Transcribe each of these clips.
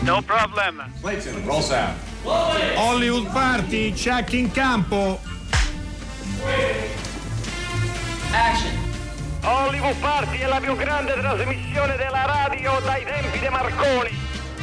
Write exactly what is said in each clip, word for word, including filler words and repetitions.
No problem. Clayton, roll sound. Hollywood Party, check in campo. Action. Hollywood Party è la più grande trasmissione della radio dai tempi di Marconi.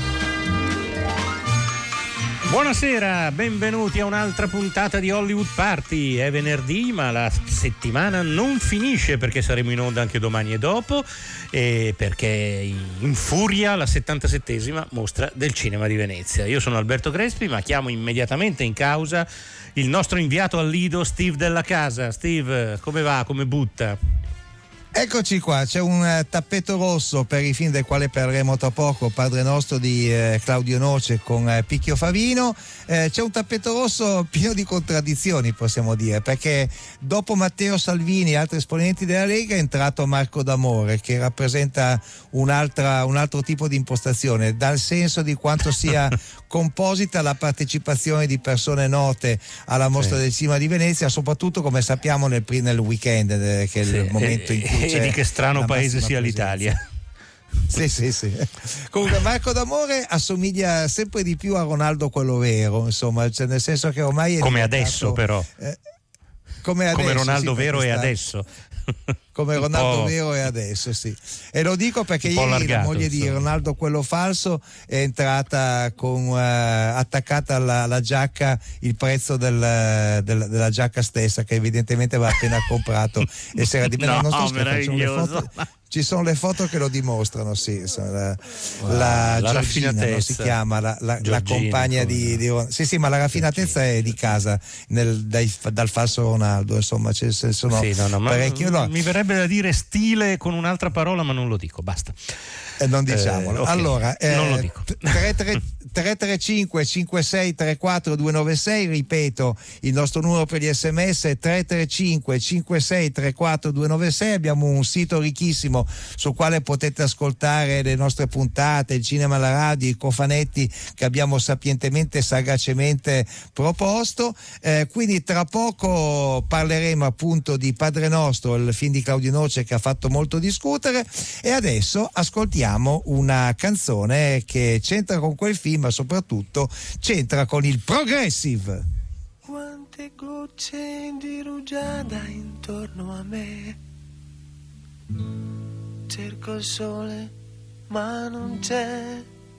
Buonasera, benvenuti a un'altra puntata di Hollywood Party. È venerdì, ma la settimana non finisce, perché saremo in onda anche domani e dopo, e perché infuria la settantasettesima mostra del cinema di Venezia. Io sono Alberto Crespi, ma chiamo immediatamente in causa il nostro inviato al Lido, Steve Della Casa. Steve, come va? Come butta? Eccoci qua, c'è un uh, tappeto rosso per i film del quale parleremo tra poco, Padre Nostro di uh, Claudio Noce con uh, Picchio Favino. Uh, c'è un tappeto rosso pieno di contraddizioni, possiamo dire, perché dopo Matteo Salvini e altri esponenti della Lega è entrato Marco D'Amore, che rappresenta un'altra, un altro tipo di impostazione, dal senso di quanto sia composita la partecipazione di persone note alla mostra sì. del cinema di Venezia, soprattutto, come sappiamo, nel, nel weekend, eh, che è sì. il momento in cui e di che strano paese sia presenza. L'Italia. Sì, sì, sì. Comunque Marco D'Amore assomiglia sempre di più a Ronaldo quello vero, insomma, cioè nel senso che ormai è come diventato, adesso però. Eh, come, adesso, come Ronaldo sì, vero è sta... adesso. Come Ronaldo vero è adesso, sì. E lo dico perché ieri largato, la moglie insomma. di Ronaldo quello falso è entrata con uh, attaccata alla, alla giacca il prezzo del, del, della giacca stessa, che evidentemente aveva appena comprato e si era di no, non sto meraviglioso. Ci sono le foto che lo dimostrano, sì. La, wow, la, la Giorgina, no, si chiama la, la, la compagna di, di sì, sì, ma la raffinatezza Giorgina. È di casa nel, dai, dal falso Ronaldo, insomma, c'è, sono sì, no, no, parecchio. No. Mi verrebbe da dire stile con un'altra parola, ma non lo dico, basta. Eh, non diciamolo. Eh, okay. Allora, eh, non lo dico. tre tre cinque cinque sei tre quattro due nove sei, ripeto, il nostro numero per gli sms tre tre cinque cinque sei tre quattro due nove sei. Abbiamo un sito ricchissimo sul quale potete ascoltare le nostre puntate, il cinema alla radio, i cofanetti che abbiamo sapientemente e sagacemente proposto. Eh, quindi tra poco parleremo appunto di Padre Nostro, il film di Claudio Noce che ha fatto molto discutere, e adesso ascoltiamo una canzone che c'entra con quel film, ma soprattutto c'entra con il progressive. Quante gocce di rugiada intorno a me, cerco il sole ma non c'è,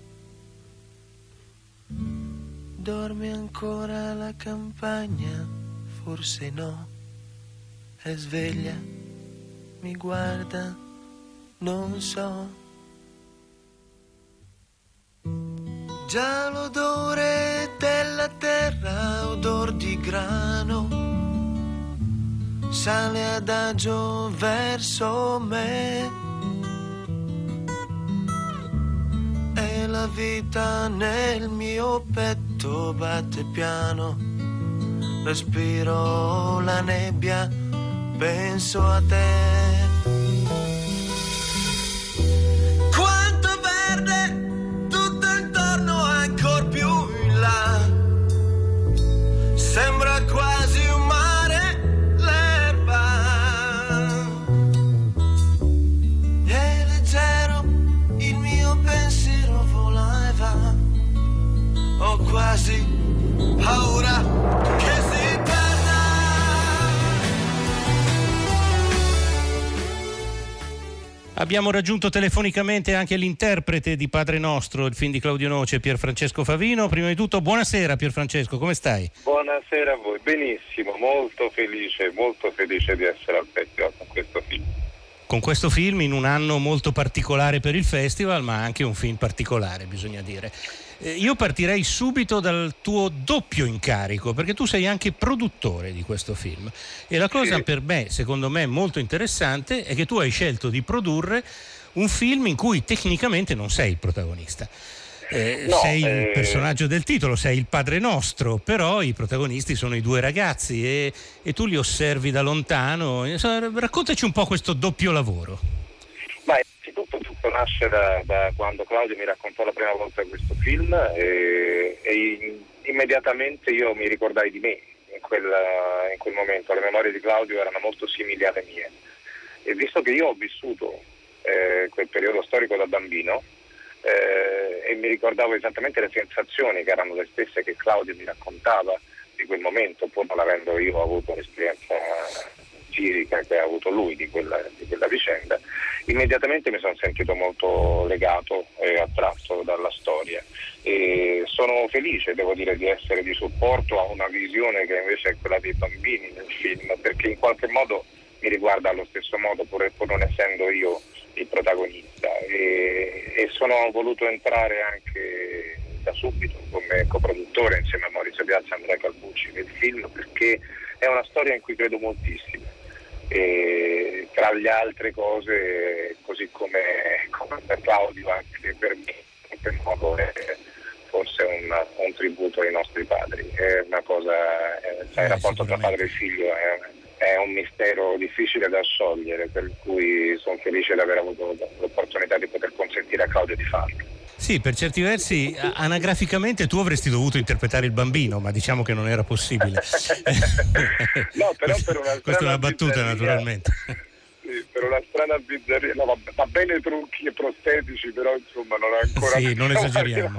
dorme ancora la campagna, forse no, è sveglia, mi guarda, non so. Già l'odore della terra, odor di grano, sale adagio verso me, e la vita nel mio petto batte piano, respiro la nebbia, penso a te. Sembra quasi un mare l'erba, è leggero il mio pensiero, vola e va, ho quasi paura che si perda. Abbiamo raggiunto telefonicamente anche l'interprete di Padre Nostro, il film di Claudio Noce, Pierfrancesco Favino. Prima di tutto buonasera Pierfrancesco, come stai? Buonasera a voi, benissimo, molto felice, molto felice di essere al festival con questo film. Con questo film in un anno molto particolare per il festival, ma anche un film particolare, bisogna dire. Eh, io partirei subito dal tuo doppio incarico, perché tu sei anche produttore di questo film, e la cosa sì. per me, secondo me, molto interessante è che tu hai scelto di produrre un film in cui tecnicamente non sei il protagonista. Eh, no, sei eh... il personaggio del titolo, sei il Padre Nostro, però i protagonisti sono i due ragazzi e, e tu li osservi da lontano. Insomma, raccontaci un po' questo doppio lavoro. Ma innanzitutto tutto nasce da, da quando Claudio mi raccontò la prima volta questo film e, e immediatamente io mi ricordai di me in quel, in quel momento. Le memorie di Claudio erano molto simili alle mie, e visto che io ho vissuto eh, quel periodo storico da bambino, Eh, mi ricordavo esattamente le sensazioni che erano le stesse che Claudio mi raccontava di quel momento, pur non avendo io avuto l'esperienza fisica che ha avuto lui di quella, di quella vicenda. Immediatamente mi sono sentito molto legato e attratto dalla storia e sono felice, devo dire, di essere di supporto a una visione che invece è quella dei bambini nel film, perché in qualche modo mi riguarda allo stesso modo, pur, pur non essendo io il protagonista, e, e sono voluto entrare anche da subito come coproduttore insieme a Maurizio Piazza e Andrea Calbucci nel film, perché è una storia in cui credo moltissimo. E tra le altre cose, così come, come per Claudio, anche per me in qualche modo è forse un, un tributo ai nostri padri, è una cosa, è, eh, il rapporto tra padre e figlio è, è un mistero difficile da sciogliere, per cui sono felice di aver avuto l'opportunità di poter consentire a Claudio di farlo. Sì, per certi versi anagraficamente tu avresti dovuto interpretare il bambino, ma diciamo che non era possibile. No, però per una questa è una battuta, naturalmente. Sì, per una strana bizzarria, no, va, va bene trucchi e prostetici, però insomma non è ancora. Sì, non esageriamo.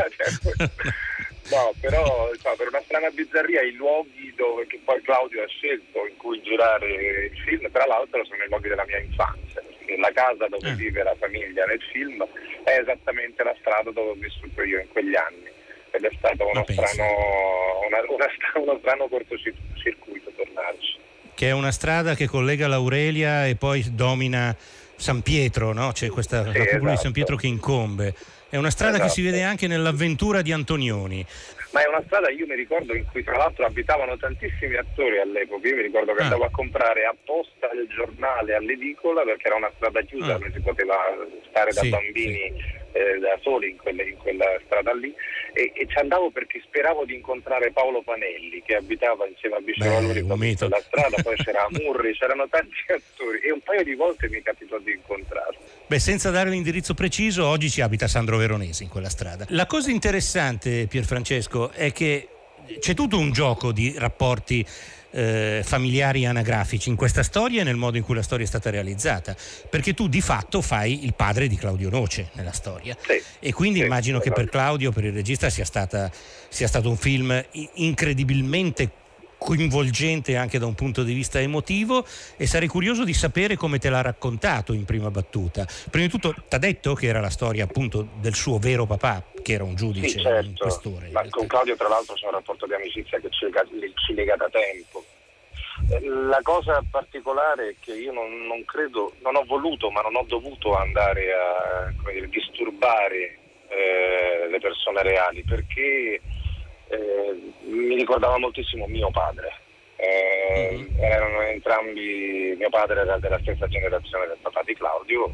No, però insomma, per una strana bizzarria i luoghi dove che poi Claudio ha scelto in cui girare il film, tra l'altro, sono i luoghi della mia infanzia. La casa dove eh. vive la famiglia nel film è esattamente la strada dove ho vissuto io in quegli anni, ed è stato uno strano, una, una, uno strano cortocircuito tornarci. Che è una strada che collega l'Aurelia e poi domina San Pietro, no? C'è questa sì, la cupula esatto. di San Pietro che incombe. È una strada esatto. che si vede anche nell'avventura di Antonioni. Ma è una strada, io mi ricordo, in cui tra l'altro abitavano tantissimi attori all'epoca. Io mi ricordo che ah. andavo a comprare apposta il giornale all'edicola perché era una strada chiusa, ah. non si poteva stare da sì, bambini sì. eh, da soli in, quelle, in quella strada lì, e, e ci andavo perché speravo di incontrare Paolo Panelli, che abitava insieme a Biscio Valori sulla strada, poi c'era Murri, c'erano tanti attori e un paio di volte mi capitò di incontrarlo. Beh, senza dare l'indirizzo preciso, oggi ci abita Sandro Veronesi in quella strada. La cosa interessante, Pierfrancesco, è che c'è tutto un gioco di rapporti eh, familiari anagrafici in questa storia e nel modo in cui la storia è stata realizzata, perché tu di fatto fai il padre di Claudio Noce nella storia, sì, e quindi sì, immagino esatto. che per Claudio, per il regista, sia stata sia stato un film incredibilmente coinvolgente anche da un punto di vista emotivo, e sarei curioso di sapere come te l'ha raccontato in prima battuta. Prima di tutto t'ha detto che era la storia appunto del suo vero papà, che era un giudice, sì, certo. un questore. Ma con Claudio tra l'altro c'è un rapporto di amicizia che ci lega, ci lega da tempo. La cosa particolare è che io non, non credo, non ho voluto ma non ho dovuto andare a, come dire, disturbare eh, le persone reali, perché Eh, mi ricordava moltissimo mio padre. Eh, mm-hmm. Erano entrambi, mio padre era della stessa generazione del papà di Claudio,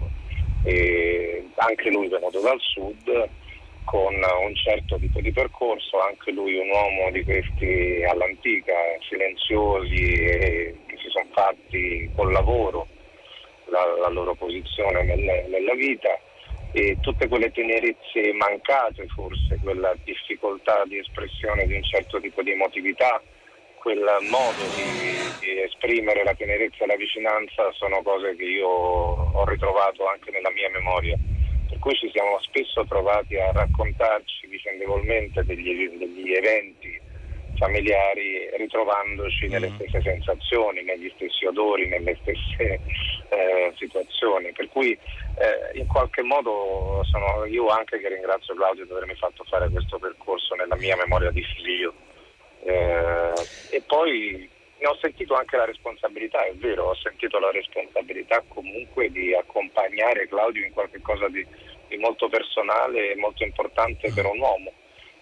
e anche lui venuto dal sud con un certo tipo di percorso, anche lui un uomo di questi all'antica, silenziosi, e che si sono fatti col lavoro la, la loro posizione nel, nella vita. E tutte quelle tenerezze mancate, forse quella difficoltà di espressione di un certo tipo di emotività, quel modo di, di esprimere la tenerezza e la vicinanza, sono cose che io ho ritrovato anche nella mia memoria, per cui ci siamo spesso trovati a raccontarci vicendevolmente degli, degli eventi familiari, ritrovandoci nelle stesse sensazioni, negli stessi odori, nelle stesse eh, situazioni, per cui eh, in qualche modo sono io anche che ringrazio Claudio di avermi fatto fare questo percorso nella mia memoria di figlio, eh, e poi ne ho sentito anche la responsabilità, è vero, ho sentito la responsabilità comunque di accompagnare Claudio in qualche cosa di, di molto personale e molto importante per un uomo,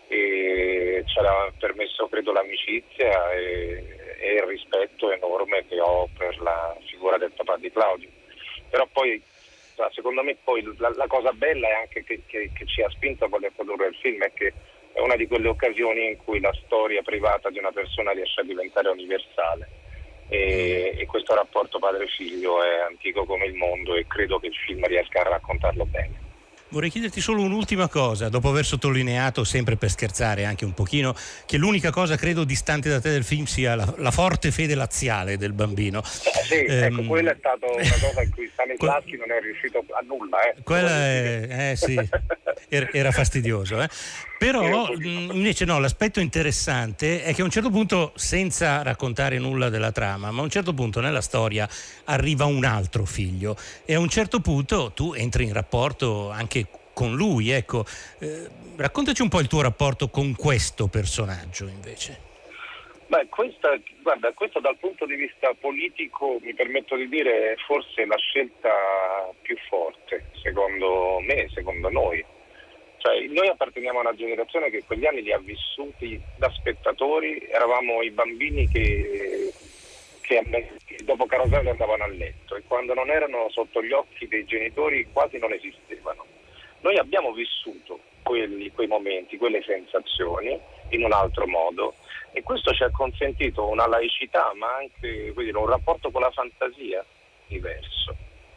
e ci ha permesso, credo, l'amicizia e, e il rispetto enorme che ho per la figura del papà di Claudio. Però poi secondo me poi la, la cosa bella è anche che, che, che ci ha spinto a voler produrre il film è che è una di quelle occasioni in cui la storia privata di una persona riesce a diventare universale, e, e questo rapporto padre-figlio è antico come il mondo, e credo che il film riesca a raccontarlo bene. Vorrei chiederti solo un'ultima cosa, dopo aver sottolineato, sempre per scherzare anche un pochino, che l'unica cosa credo distante da te del film sia la, la forte fede laziale del bambino. Eh, sì, ehm, ecco, quella è stata una cosa in cui Stanislavski non è riuscito a nulla. Eh. Quella è, eh sì, era fastidioso. Eh. Però invece no, l'aspetto interessante è che a un certo punto, senza raccontare nulla della trama, ma a un certo punto nella storia arriva un altro figlio e a un certo punto tu entri in rapporto anche con lui, ecco, eh, raccontaci un po' il tuo rapporto con questo personaggio invece. Beh, questa, guarda, questo dal punto di vista politico, mi permetto di dire, è forse la scelta più forte, secondo me, secondo noi. Cioè, noi apparteniamo a una generazione che quegli anni li ha vissuti da spettatori, eravamo i bambini che, che dopo Carosello andavano a letto e quando non erano sotto gli occhi dei genitori quasi non esistevano. Noi abbiamo vissuto quelli, quei momenti, quelle sensazioni in un altro modo e questo ci ha consentito una laicità ma anche dire, un rapporto con la fantasia diverso.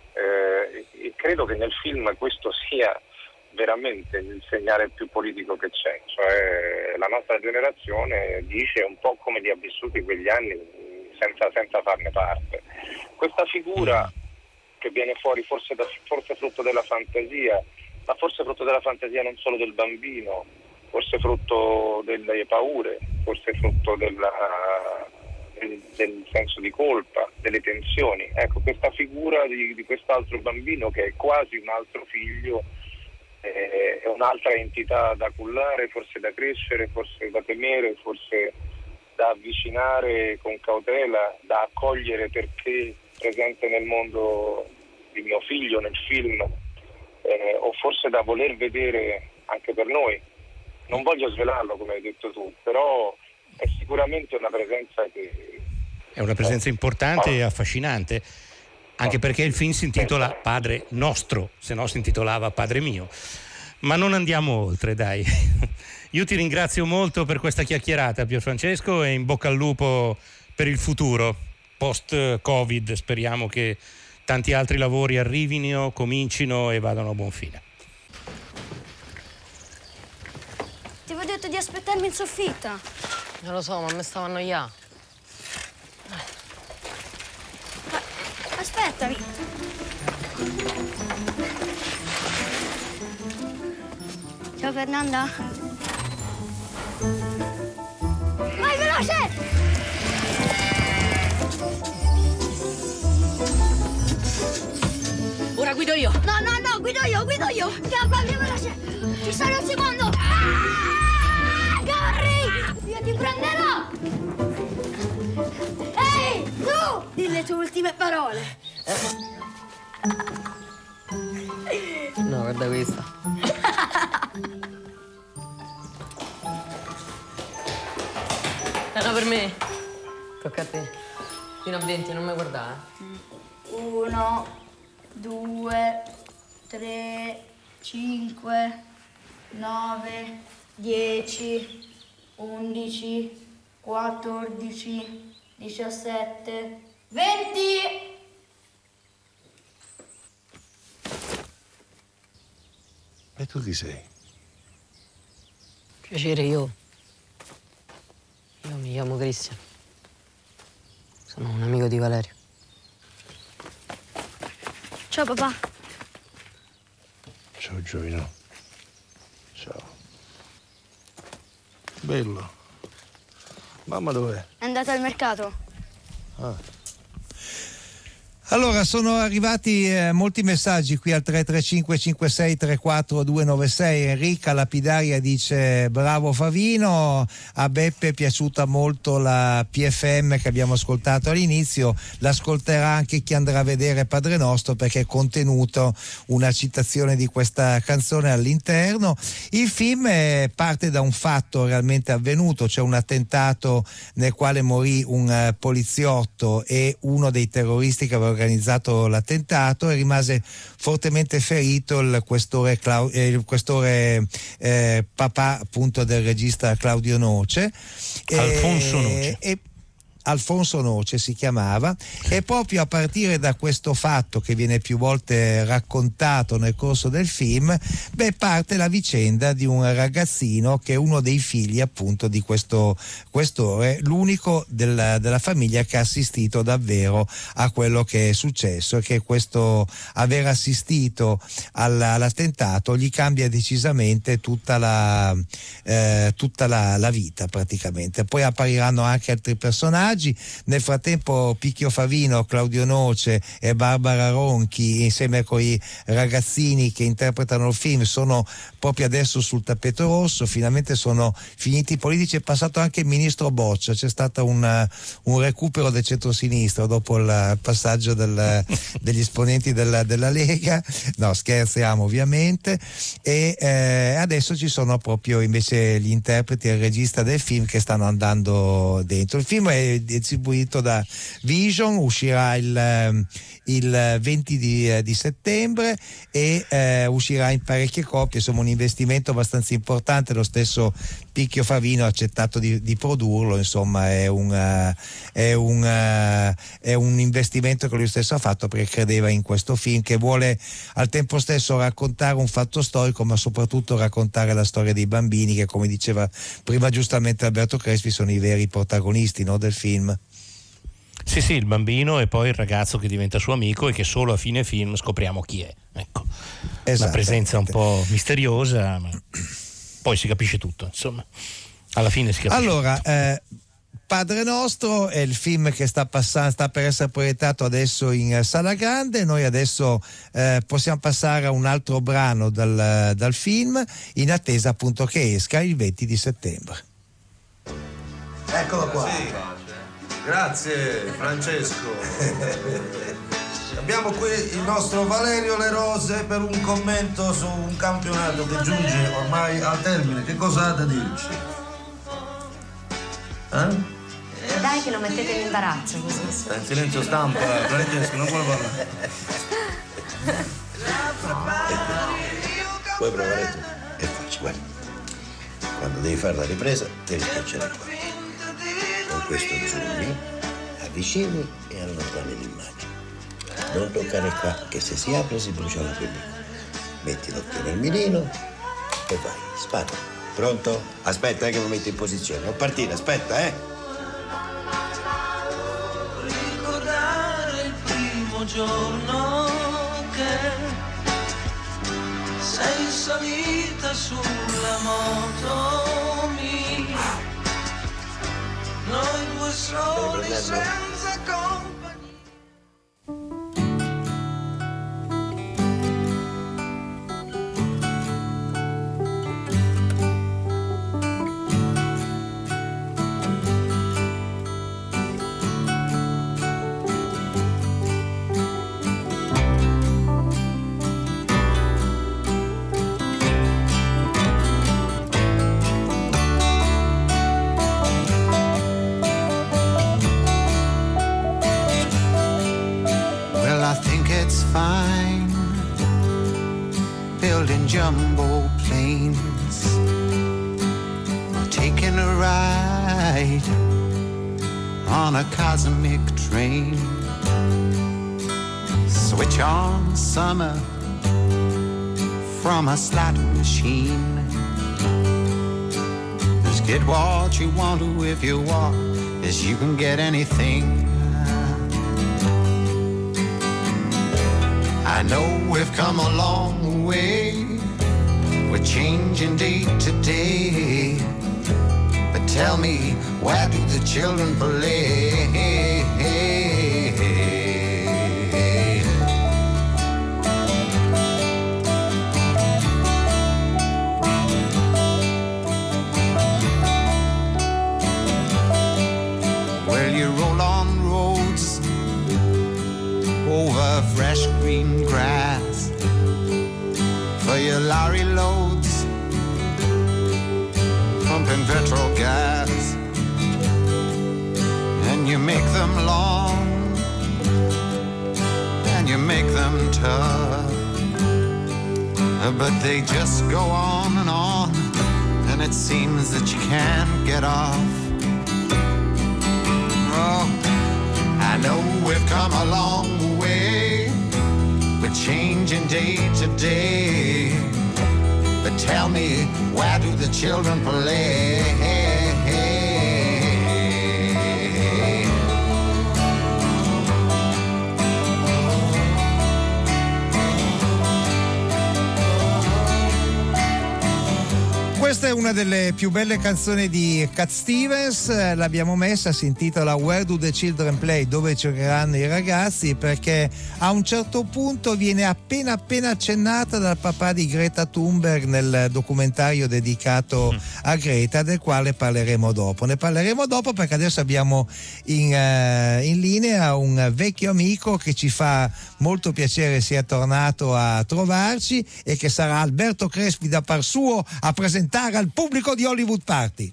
Eh, e credo che nel film questo sia veramente il segnale più politico che c'è, cioè la nostra generazione dice un po' come li ha vissuti quegli anni senza, senza farne parte. Questa figura che viene fuori forse, da, forse frutto della fantasia, ma forse frutto della fantasia non solo del bambino, forse frutto delle paure, forse frutto della, del, del senso di colpa, delle tensioni. Ecco, questa figura di, di quest'altro bambino che è quasi un altro figlio, eh, è un'altra entità da cullare, forse da crescere, forse da temere, forse da avvicinare con cautela, da accogliere perché presente nel mondo di mio figlio, nel film, eh, o forse da voler vedere anche per noi. Non voglio svelarlo come hai detto tu, però è sicuramente una presenza che... È una presenza importante oh. e affascinante, anche oh. perché il film si intitola Padre Nostro, se no si intitolava Padre Mio. Ma non andiamo oltre, dai. Io ti ringrazio molto per questa chiacchierata, Pierfrancesco, e in bocca al lupo per il futuro, post-Covid. Speriamo che tanti altri lavori arrivino, comincino e vadano a buon fine. Ti avevo detto di aspettarmi in soffitta. Non lo so, ma mi stavo annoiando. Aspettami. Ciao Fernanda. Vai veloce! Ora guido io. No, no, no, guido io, guido io. Scappa, via veloce. Ci sarà un secondo. Ah! Corri! Io ti prenderò. Ehi, tu! Di le tue ultime parole. No, guarda questa. È una per me. Tocca a te. Fino a venti, non mi guardare. Uno, due, tre, cinque, nove, dieci, undici, quattordici, diciassette, venti! E tu chi sei? Piacere, io. Io mi chiamo Cristian. Sono un amico di Valerio. Ciao papà. Ciao Gioino. Ciao. Bello. Mamma dov'è? È andata al mercato. Ah. Allora, sono arrivati eh, molti messaggi qui al tre tre cinque cinque sei tre quattro due nove sei. Enrica Lapidaria dice bravo Favino, a Beppe è piaciuta molto la P F M che abbiamo ascoltato all'inizio, l'ascolterà anche chi andrà a vedere Padre Nostro perché è contenuto una citazione di questa canzone all'interno. Il film eh, parte da un fatto realmente avvenuto, c'è un attentato nel quale morì un uh, poliziotto e uno dei terroristi che aveva organizzato l'attentato e rimase fortemente ferito il questore, Clau- eh, il questore eh, papà appunto del regista Claudio Noce. Alfonso Noce. E, Alfonso Noce si chiamava, e proprio a partire da questo fatto che viene più volte raccontato nel corso del film, beh, parte la vicenda di un ragazzino che è uno dei figli appunto di questo questore, l'unico del, della famiglia che ha assistito davvero a quello che è successo, e che questo aver assistito all'attentato gli cambia decisamente tutta la eh, tutta la, la vita praticamente. Poi appariranno anche altri personaggi. Nel frattempo Picchio Favino, Claudio Noce e Barbara Ronchi, insieme con i ragazzini che interpretano il film, sono proprio adesso sul tappeto rosso. Finalmente sono finiti i politici, è passato anche il ministro Boccia, c'è stato un, un recupero del centro-sinistra dopo il passaggio del, degli esponenti della, della Lega. No, scherziamo ovviamente. E eh, adesso ci sono proprio invece gli interpreti e il regista del film che stanno andando dentro. Il film è distribuito da Vision, uscirà il, il venti di, di settembre e eh, uscirà in parecchie copie, insomma un investimento abbastanza importante. Lo stesso Picchio Favino ha accettato di, di produrlo, insomma è un, uh, è, un, uh, è un investimento che lui stesso ha fatto perché credeva in questo film, che vuole al tempo stesso raccontare un fatto storico, ma soprattutto raccontare la storia dei bambini che, come diceva prima giustamente Alberto Crespi, sono i veri protagonisti, no, del film. Sì, sì, il bambino e poi il ragazzo che diventa suo amico e che solo a fine film scopriamo chi è. Ecco, una presenza un po' misteriosa, ma poi si capisce tutto, insomma. Alla fine si capisce. Allora, eh, Padre Nostro è il film che sta passando, sta per essere proiettato adesso in Sala Grande. Noi adesso eh, possiamo passare a un altro brano dal, dal film, in attesa appunto che esca il venti di settembre. Eccolo qua. Sì. Grazie Francesco. Abbiamo qui il nostro Valerio Le Rose per un commento su un campionato che giunge ormai al termine. Che cosa ha da dirci? Eh? Dai che lo mettete in imbarazzo così. Sta in silenzio stampa, Francesco, non vuole parlare. Puoi provare tu e facci, guarda. Quando devi fare la ripresa, devi schiacciare qua. Con questo zoomi, avvicini e allontani l'immagine. Non toccare qua, che se si apre si brucia la pellicola. Metti l'occhio nel mirino e vai, spara. Pronto? Aspetta eh, che mi metti in posizione. Non partire, aspetta, eh. Ricordare il primo giorno che sei salita sulla moto mia. Noi due soli senza compagnia. Fine, building jumbo planes, or taking a ride on a cosmic train. Switch on summer from a slot machine. Just get what you want to if you want, as you can get anything. I know we've come a long way, we're changing day to day, but tell me, where do the children play? Well, you roll on roads over fresh green grass for your lorry loads, pumping petrol gas, and you make them long and you make them tough, but they just go on and on, and it seems that you can't get off. Oh, I know we've come a long way, we're changing day to day. But tell me, where do the children play? Questa è una delle più belle canzoni di Cat Stevens, l'abbiamo messa, si intitola Where Do the Children Play, dove giocheranno i ragazzi, perché a un certo punto viene appena appena accennata dal papà di Greta Thunberg nel documentario dedicato a Greta, del quale parleremo dopo. Ne parleremo dopo perché adesso abbiamo in, uh, in linea un vecchio amico che ci fa molto piacere sia tornato a trovarci e che sarà Alberto Crespi da par suo a presentare al pubblico di Hollywood Party.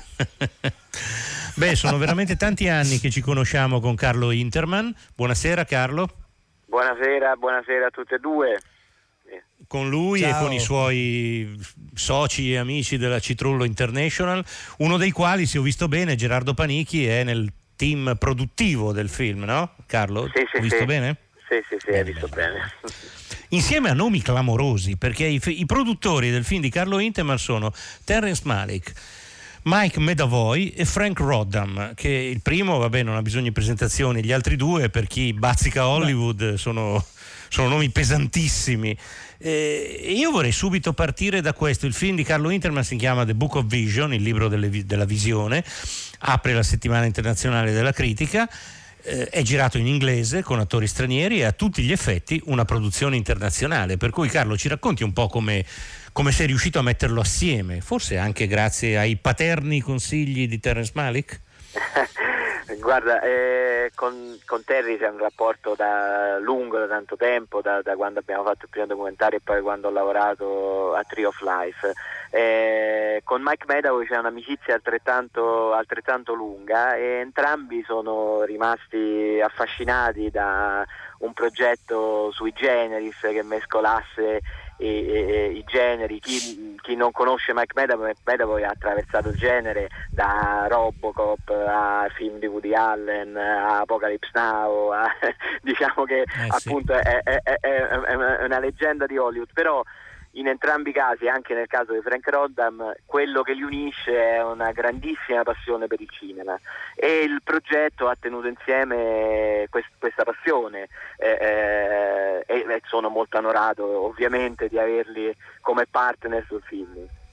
Beh, sono veramente tanti anni che ci conosciamo con Carlo Interman. Buonasera Carlo. Buonasera, buonasera a tutte e due. Con lui Ciao. E con i suoi soci e amici della Citrullo International, uno dei quali, se ho visto bene, Gerardo Panichi, è nel team produttivo del film, no Carlo? Sì, sì, ho visto sì. bene? Sì, sì, sì, hai visto bene. Insieme a nomi clamorosi, perché i, i produttori del film di Carlo Interman sono Terrence Malick, Mike Medavoy e Frank Roddam, che il primo, vabbè, non ha bisogno di presentazioni, gli altri due, per chi bazzica Hollywood, sono, sono nomi pesantissimi. E io vorrei subito partire da questo. Il film di Carlo Interman si chiama The Book of Vision, il libro delle, della visione, apre la settimana internazionale della critica. Eh, è girato in inglese con attori stranieri e a tutti gli effetti una produzione internazionale, per cui Carlo ci racconti un po' come, come sei riuscito a metterlo assieme, forse anche grazie ai paterni consigli di Terrence Malick? Guarda, eh, con, con Terry c'è un rapporto da lungo, da tanto tempo, da, da quando abbiamo fatto il primo documentario e poi quando ho lavorato a Tree of Life. Eh, con Mike Medavoy c'è un'amicizia altrettanto, altrettanto lunga e entrambi sono rimasti affascinati da un progetto sui generis che mescolasse i, i, i generi. Chi, chi non conosce Mike Medavoy, Medavoy ha attraversato il genere da Robocop a film di Woody Allen a Apocalypse Now a, diciamo che eh, appunto sì. è, è, è, è una leggenda di Hollywood, però in entrambi i casi, anche nel caso di Frank Roddam, quello che li unisce è una grandissima passione per il cinema e il progetto ha tenuto insieme quest- questa passione eh, eh, e sono molto onorato ovviamente di averli come partner sul film.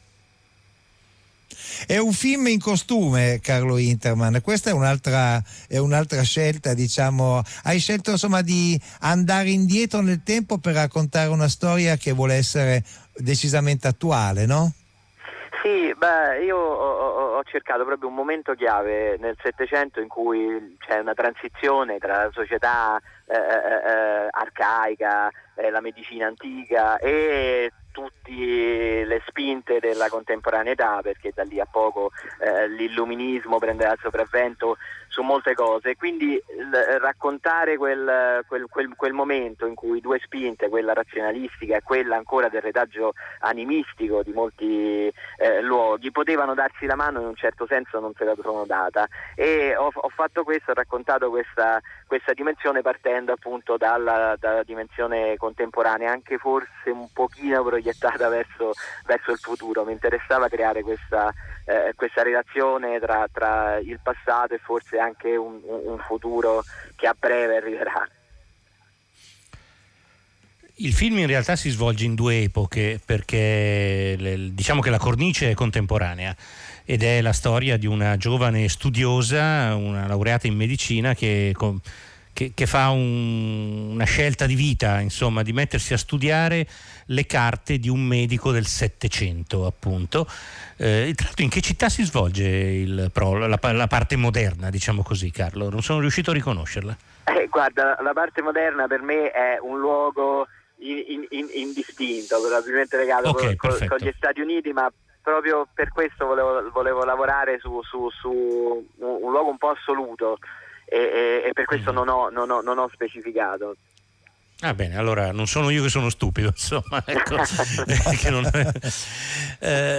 È un film in costume, Carlo Interman, questa è un'altra, è un'altra scelta, diciamo. Hai scelto insomma di andare indietro nel tempo per raccontare una storia che vuole essere decisamente attuale, no? Sì, beh, io ho, ho cercato proprio un momento chiave nel Settecento in cui c'è una transizione tra la società eh, eh, arcaica, eh, la medicina antica e tutte le spinte della contemporaneità, perché da lì a poco eh, l'illuminismo prenderà il sopravvento su molte cose, quindi l- raccontare quel, quel, quel, quel momento in cui due spinte, quella razionalistica e quella ancora del retaggio animistico di molti eh, luoghi, potevano darsi la mano, in un certo senso non se la sono data, e ho, ho fatto questo, ho raccontato questa, questa dimensione partendo appunto dalla, dalla dimensione contemporanea, anche forse un pochino proiettata verso, verso il futuro. Mi interessava creare questa, eh, questa relazione tra, tra il passato e forse anche un, un futuro che a breve arriverà. Il film in realtà si svolge in due epoche, perché le, diciamo che la cornice è contemporanea ed è la storia di una giovane studiosa, una laureata in medicina che, che, che fa un, una scelta di vita, insomma, di mettersi a studiare le carte di un medico del Settecento, appunto. Eh, tra l'altro, in che città si svolge il pro, la, la parte moderna, diciamo così, Carlo? Non sono riuscito a riconoscerla. Eh, guarda, la parte moderna per me è un luogo in, in, indistinto, probabilmente legato okay, con, con gli Stati Uniti, ma proprio per questo volevo, volevo lavorare su, su, su un, un luogo un po' assoluto e, e, e per questo mm. non, ho, non, ho, non ho specificato. Ah bene, allora non sono io che sono stupido, insomma, ecco. che non... eh,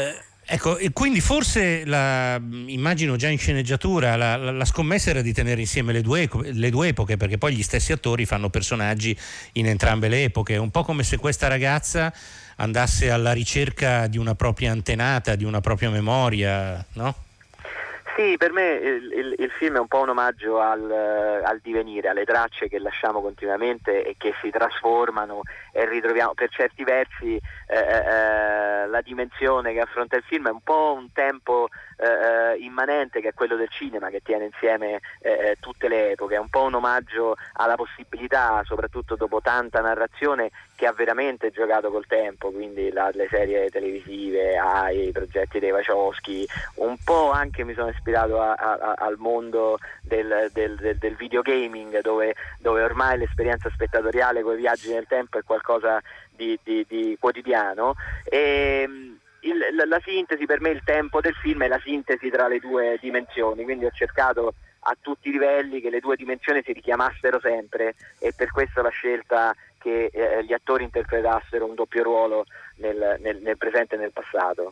Ecco, e quindi forse la, immagino già in sceneggiatura la, la, la scommessa era di tenere insieme le due, le due epoche, perché poi gli stessi attori fanno personaggi in entrambe le epoche. È un po' come se questa ragazza andasse alla ricerca di una propria antenata, di una propria memoria, no? Sì, per me il, il, il film è un po' un omaggio al, al divenire, alle tracce che lasciamo continuamente e che si trasformano e ritroviamo per certi versi. Eh, eh, la dimensione che affronta il film è un po' un tempo eh, immanente, che è quello del cinema, che tiene insieme eh, tutte le epoche. È un po' un omaggio alla possibilità, soprattutto dopo tanta narrazione, che ha veramente giocato col tempo, quindi la, le serie televisive, ai progetti dei Wachowski. Un po' anche mi sono ispirato a, a, al mondo del, del, del, del videogaming, dove, dove ormai l'esperienza spettatoriale con i viaggi nel tempo è qualcosa di, di, di quotidiano. E il, la, la sintesi, per me il tempo del film è la sintesi tra le due dimensioni, quindi ho cercato a tutti i livelli che le due dimensioni si richiamassero sempre, e per questo la scelta che eh, gli attori interpretassero un doppio ruolo nel, nel, nel presente e nel passato.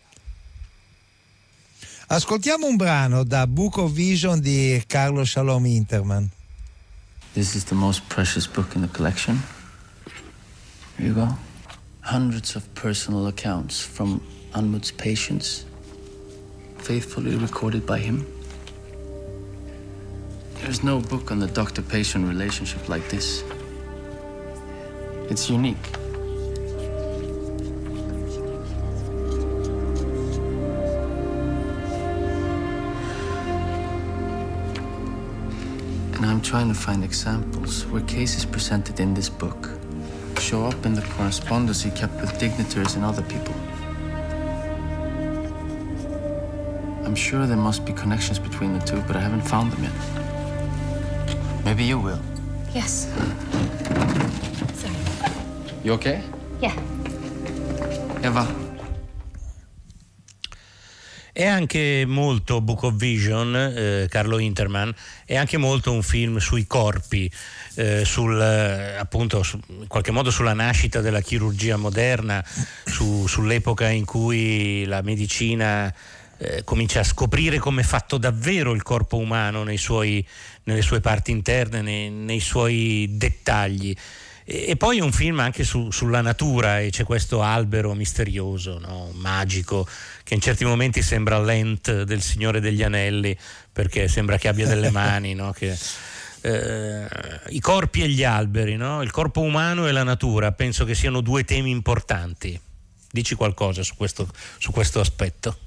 Ascoltiamo un brano da Book of Vision di Carlo Shalom Interman. This is the most precious book in the collection. Here you go. Hundreds of personal accounts from Unmut's patients, faithfully recorded by him. There's no book on the doctor-patient relationship like this. It's unique. And I'm trying to find examples where cases presented in this book show up in the correspondence he kept with dignitaries and other people. I'm sure there must be connections between the two, but I haven't found them yet. Maybe you will. Yes. Sorry. You okay? Yeah. Eva. È anche molto Book of Vision, eh, Carlo Interman, è anche molto un film sui corpi, eh, sul, eh, appunto su, in qualche modo sulla nascita della chirurgia moderna, su, sull'epoca in cui la medicina eh, comincia a scoprire come è fatto davvero il corpo umano nei suoi, nelle sue parti interne, nei, nei suoi dettagli. E poi è un film anche su, sulla natura, e c'è questo albero misterioso, no? Magico, che in certi momenti sembra l'Ent del Signore degli Anelli, perché sembra che abbia delle mani, no? Che, eh, i corpi e gli alberi, no? Il corpo umano e la natura, penso che siano due temi importanti. Dici qualcosa su questo, su questo aspetto?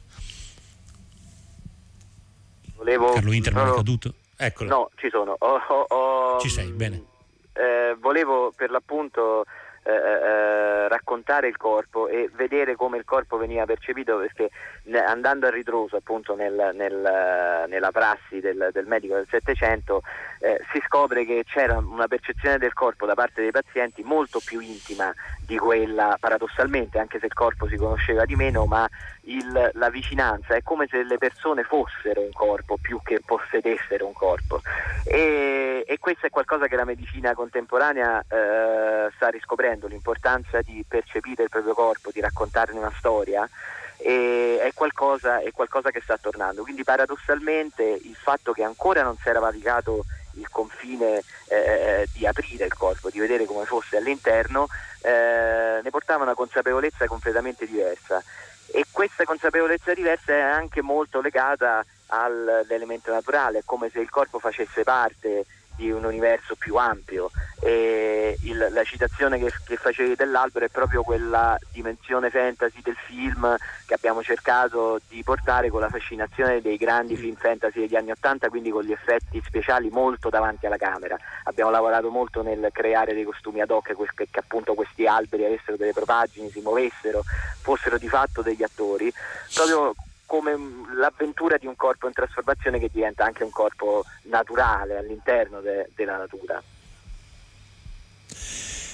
Volevo Carlo Interman no, è caduto? Eccolo. No, ci sono. Ho, ho, ho, ci sei, bene. Eh, volevo per l'appunto eh, eh, raccontare il corpo e vedere come il corpo veniva percepito, perché ne, andando a ritroso appunto nel, nel, nella prassi del, del medico del Settecento eh, si scopre che c'era una percezione del corpo da parte dei pazienti molto più intima di quella, paradossalmente, anche se il corpo si conosceva di meno, ma il, la vicinanza è come se le persone fossero un corpo più che possedessero un corpo, e, e questo è qualcosa che la medicina contemporanea eh, sta riscoprendo, l'importanza di percepire il proprio corpo, di raccontarne una storia, e è qualcosa, è qualcosa che sta tornando. Quindi paradossalmente il fatto che ancora non si era valicato il confine eh, di aprire il corpo, di vedere come fosse all'interno, eh, ne portava una consapevolezza completamente diversa, e questa consapevolezza diversa è anche molto legata all'elemento naturale, è come se il corpo facesse parte di un universo più ampio, e il, la citazione che, che facevi dell'albero è proprio quella dimensione fantasy del film che abbiamo cercato di portare con la fascinazione dei grandi film fantasy degli anni Ottanta, quindi con gli effetti speciali molto davanti alla camera. Abbiamo lavorato molto nel creare dei costumi ad hoc, che, che appunto questi alberi avessero delle propaggini, si muovessero, fossero di fatto degli attori, proprio come l'avventura di un corpo in trasformazione che diventa anche un corpo naturale all'interno de- della natura.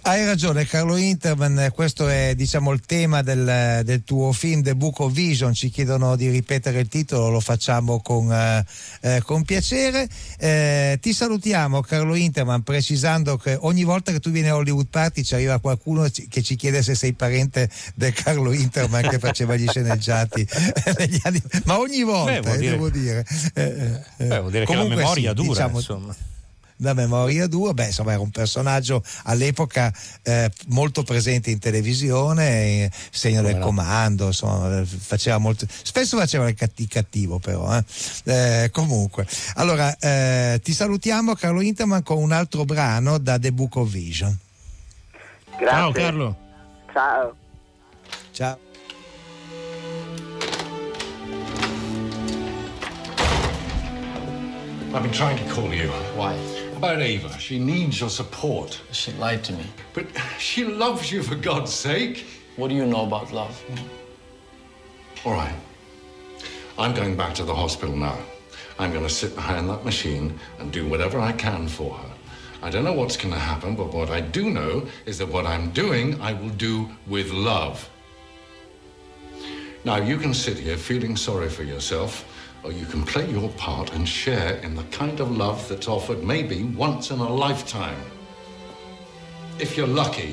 Hai ragione Carlo Hinterman, questo è diciamo il tema del, del tuo film The Book of Vision. Ci chiedono di ripetere il titolo, lo facciamo con, eh, eh, con piacere. Eh, ti salutiamo Carlo Hinterman, precisando che ogni volta che tu vieni a Hollywood Party ci arriva qualcuno che ci chiede se sei parente del Carlo Hinterman che faceva gli sceneggiati negli anni, ma ogni volta. Beh, eh, dire, devo dire, eh, eh, beh, vuol dire che la memoria sì, dura, diciamo, insomma. La memoria dura, beh insomma era un personaggio all'epoca eh, molto presente in televisione, eh, segno Come del no. comando, insomma faceva molto, spesso faceva il cattivo però eh. Eh, comunque allora eh, ti salutiamo Carlo Hinterman con un altro brano da The Book of Vision. Grazie. Ciao Carlo. Ciao. Ciao. I've been trying to call you. Why? About Ava. She needs your support. She lied to me. But she loves you, for God's sake. What do you know about love? All right. I'm going back to the hospital now. I'm going to sit behind that machine and do whatever I can for her. I don't know what's going to happen, but what I do know is that what I'm doing, I will do with love. Now, you can sit here feeling sorry for yourself, or you can play your part and share in the kind of love that's offered maybe once in a lifetime. If you're lucky.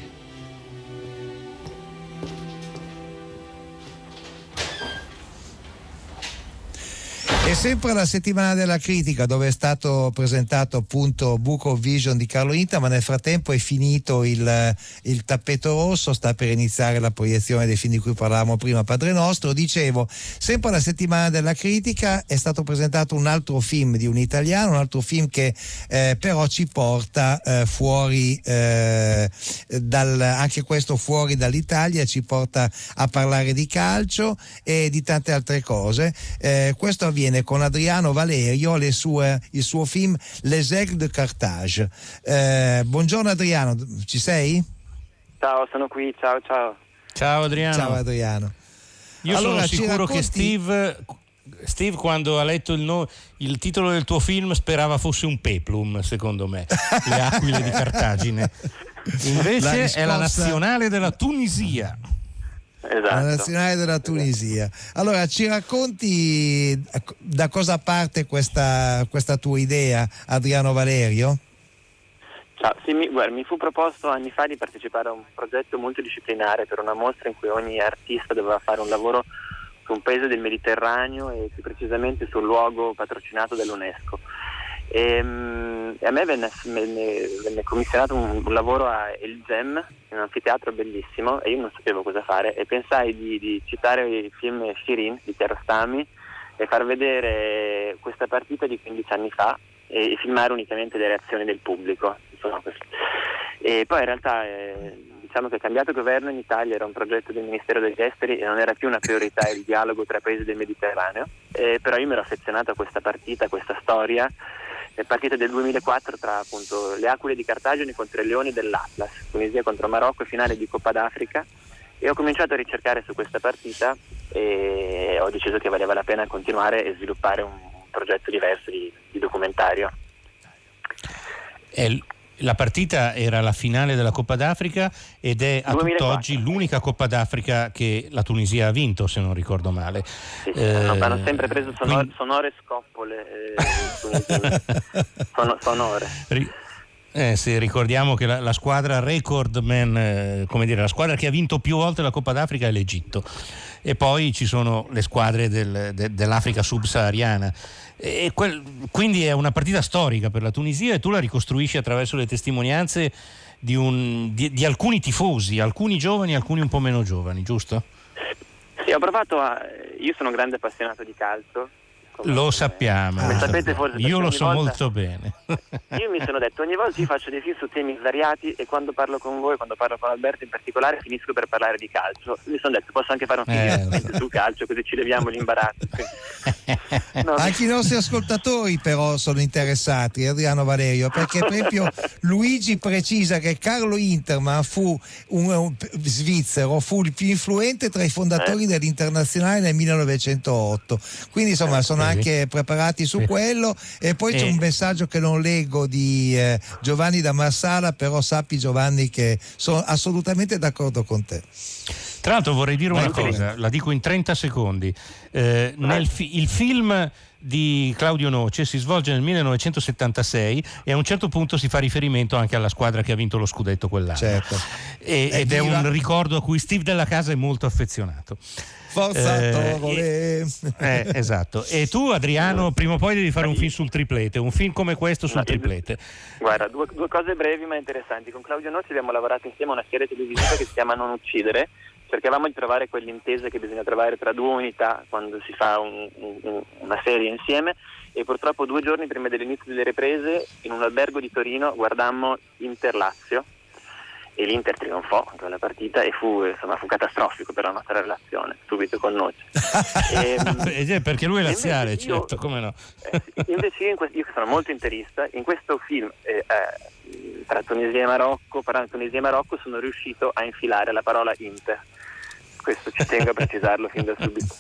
E sempre la settimana della critica, dove è stato presentato appunto Book of Vision di Carlo Hinterman, ma nel frattempo è finito il, il tappeto rosso, sta per iniziare la proiezione dei film di cui parlavamo prima, Padre Nostro. Dicevo, sempre la settimana della critica è stato presentato un altro film di un italiano, un altro film che eh, però ci porta eh, fuori eh, dal, anche questo fuori dall'Italia, ci porta a parlare di calcio e di tante altre cose. Eh, questo avviene con Adriano Valerio, le sue, il suo film Les Aigles de Carthage. Eh, buongiorno Adriano, ci sei? Ciao, sono qui, ciao ciao. Ciao Adriano. Ciao Adriano. Io allora, sono sicuro racconti... che Steve, Steve quando ha letto il, no, il titolo del tuo film sperava fosse un peplum, secondo me, Le Aquile di Cartagine. Invece la risposta... è la nazionale della Tunisia. Esatto. La nazionale della Tunisia. Allora ci racconti da cosa parte questa, questa tua idea, Adriano Valerio? Ciao, sì, mi, guarda, mi fu proposto anni fa di partecipare a un progetto multidisciplinare per una mostra in cui ogni artista doveva fare un lavoro su un paese del Mediterraneo e più precisamente sul luogo patrocinato dall'UNESCO. E, um, e a me venne, venne, venne commissionato un, un lavoro a El Gem, in un anfiteatro bellissimo, e io non sapevo cosa fare e pensai di, di citare il film Shirin di Kiarostami e far vedere questa partita di quindici anni fa e, e filmare unicamente le reazioni del pubblico. Insomma, e poi in realtà eh, diciamo che cambiato governo in Italia, era un progetto del Ministero degli Esteri e non era più una priorità il dialogo tra i paesi del Mediterraneo, eh, però io mi ero affezionato a questa partita, a questa storia. È partita del duemilaquattro tra appunto le Aquile di Cartagine contro i Leoni dell'Atlas, Tunisia contro Marocco e finale di Coppa d'Africa, e ho cominciato a ricercare su questa partita e ho deciso che valeva la pena continuare e sviluppare un progetto diverso di, di documentario. E la partita era la finale della Coppa d'Africa ed è a tutt'oggi l'unica Coppa d'Africa che la Tunisia ha vinto, se non ricordo male. Sì, sì, eh, no, hanno sempre preso sonor- quindi... sonore scoppole eh, Son- sonore. Eh, sì, ricordiamo che la, la squadra recordman, eh, come dire, la squadra che ha vinto più volte la Coppa d'Africa è l'Egitto, e poi ci sono le squadre del, de, dell'Africa subsahariana. E quel, quindi è una partita storica per la Tunisia e tu la ricostruisci attraverso le testimonianze di, un, di, di alcuni tifosi, alcuni giovani, alcuni un po' meno giovani, giusto? Sì, ho provato a... Io sono un grande appassionato di calcio. Come, lo sappiamo, come sapete, forse, io lo so volta, molto bene. Io mi sono detto, ogni volta io faccio dei film su temi svariati e quando parlo con voi, quando parlo con Alberto in particolare, finisco per parlare di calcio. Mi sono detto, posso anche fare un film eh, sul calcio, così ci leviamo l'imbarazzo. No, anche i nostri ascoltatori però sono interessati, Adriano Valerio, perché per esempio Luigi precisa che Carlo Hinterman fu un, un svizzero, fu il più influente tra i fondatori eh. dell'Internazionale nel millenovecentootto, quindi insomma sono sono Vedi? anche preparati su Sì. quello. E poi c'è Eh. un messaggio che non leggo di eh, Giovanni da Marsala, però sappi Giovanni che sono assolutamente d'accordo con te. Tra l'altro vorrei dire una Vai, cosa, la dico in trenta secondi. Eh, nel fi- il film di Claudio Noce si svolge nel millenovecentosettantasei e a un certo punto si fa riferimento anche alla squadra che ha vinto lo scudetto quell'anno. Certo. E- ed è un ricordo a cui Steve Della Casa è molto affezionato. Forza Eh, Toro, Eh, esatto. E tu, Adriano, prima o poi devi fare un film sul triplete, un film come questo sul triplete. Guarda, due, due cose brevi ma interessanti. Con Claudio Noci abbiamo lavorato insieme a una serie televisiva che si chiama Non uccidere. Cercavamo di trovare quell'intesa che bisogna trovare tra due unità quando si fa un, un, una serie insieme, e purtroppo due giorni prima dell'inizio delle riprese in un albergo di Torino guardammo Inter-Lazio e l'Inter trionfò in quella partita e fu, insomma, fu catastrofico per la nostra relazione subito con noi. Eh, perché lui è laziale, io- certo, come no? Eh, sì, invece io, in que- io che sono molto interista, in questo film eh, eh, tra Tunisia e Marocco, parlando di Tunisia e Marocco, sono riuscito a infilare la parola Inter. Questo ci tengo a precisarlo fin da subito.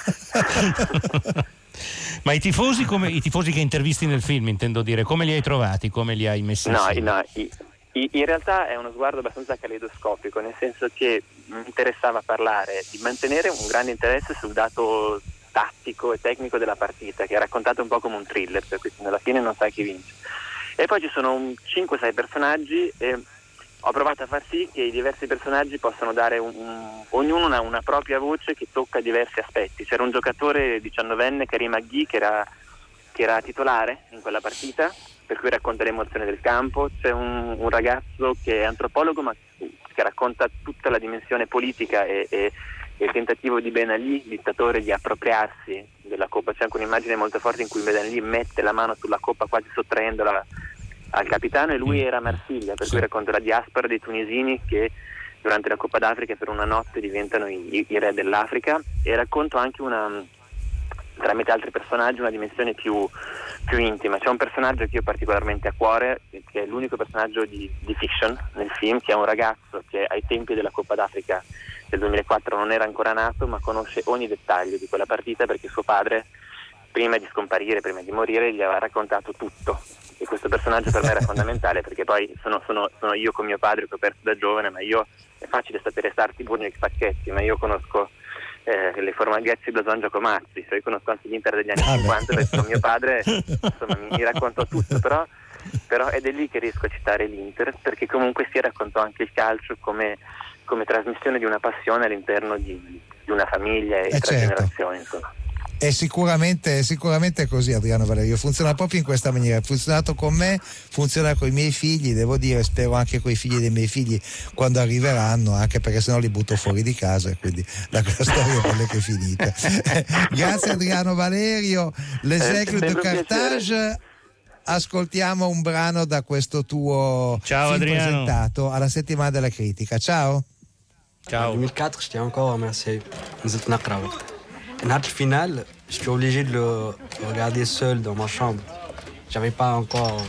Ma i tifosi, come, i tifosi che intervisti nel film, intendo dire, come li hai trovati, come li hai messi No, insieme? no, i- i- in realtà è uno sguardo abbastanza caleidoscopico, nel senso che mi interessava parlare di mantenere un grande interesse sul dato tattico e tecnico della partita, che è raccontato un po' come un thriller, per cui alla fine non sai chi vince. E poi ci sono un cinque sei personaggi e ho provato a far sì che i diversi personaggi possano dare un, un, ognuno una, una propria voce che tocca diversi aspetti. C'era un giocatore diciannovenne, Karim Aghi, che era, che era titolare in quella partita, per cui racconta le emozioni del campo. C'è un, un ragazzo che è antropologo ma che racconta tutta la dimensione politica e, e, e il tentativo di Ben Ali, dittatore, di appropriarsi della Coppa. C'è anche un'immagine molto forte in cui Ben Ali mette la mano sulla Coppa quasi sottraendola al capitano, e lui era a Marsiglia, per cui racconta la diaspora dei tunisini che durante la Coppa d'Africa per una notte diventano i, i re dell'Africa, e racconto anche una, tramite altri personaggi, una dimensione più, più intima. C'è un personaggio che io ho particolarmente a cuore, che è l'unico personaggio di, di fiction nel film, che è un ragazzo che ai tempi della Coppa d'Africa del duemilaquattro non era ancora nato, ma conosce ogni dettaglio di quella partita perché suo padre, prima di scomparire, prima di morire, gli aveva raccontato tutto. E questo personaggio per me era fondamentale, perché poi sono, sono, sono io con mio padre che ho perso da giovane, ma io, è facile sapere Sarti, Burni e Spacchetti, ma io conosco eh, le Formaghezzi, Blason, Giacomazzi, cioè io conosco anche l'Inter degli anni cinquanta, perché con mio padre insomma, mi, mi raccontò tutto, però, però ed è lì che riesco a citare l'Inter, perché comunque si raccontò anche il calcio come, come trasmissione di una passione all'interno di, di una famiglia e Eh, tra certo. generazioni, insomma. È sicuramente, sicuramente così, Adriano Valerio, funziona proprio in questa maniera, ha funzionato con me, funziona con i miei figli, devo dire, spero anche con i figli dei miei figli quando arriveranno, anche perché sennò li butto fuori di casa, e quindi la storia non è che è finita. Grazie Adriano Valerio, Les Eh, Aigles de sempre un Carthage. Ascoltiamo un brano da questo tuo Ciao, film Adriano. presentato alla settimana della critica. Ciao. Ciao. En deux mille quatre, j'étais encore à Marseille. نزلت نقرا. نهار الفينال, j'étais obligé de le regarder seul dans ma chambre. J'avais pas encore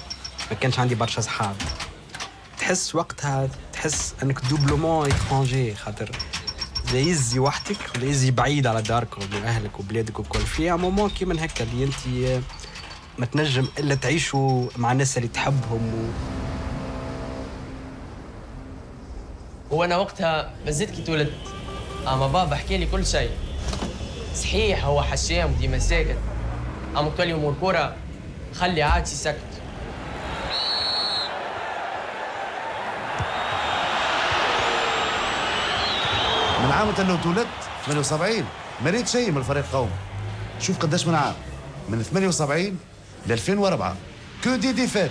ما كانش عندي برشا صحاب. تحس وقتها تحس انك دوبلومون étranger, خاطر لا يزي وحدك ولا يزي بعيد على دارك واهلك وبلادك وكل. في مومون كيما هكا اللي انت ما تنجم الا تعيشوا مع الناس اللي تحبهم و... وانا وقتها مازلت كي تولدت، اما بابا حكى لي كل شيء. صحيح هو حشام وديما ساكت، اما قلت لي امور كوره خلي عادشي سكت. من عام انه تولدت ثمانية وسبعين ما ريت شيء من الفريق قومي. شوف قداش من عام، من ثمانية وسبعين ل ألفين وأربعة كو دي ديفات.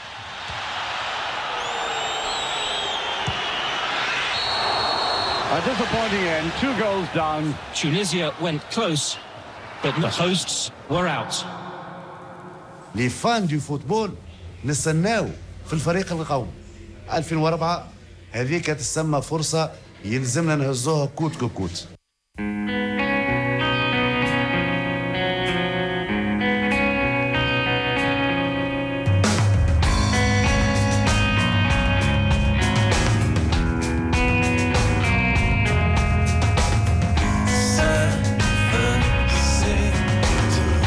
A disappointing end, two goals down. Tunisia went close, but the hosts were out. لي فان دو فوتبول نستناو في الفريق القومي. ألفين وأربعة هذيك تسمى فرصة يلزمنا نهزوها كوت كوت. Surfacing to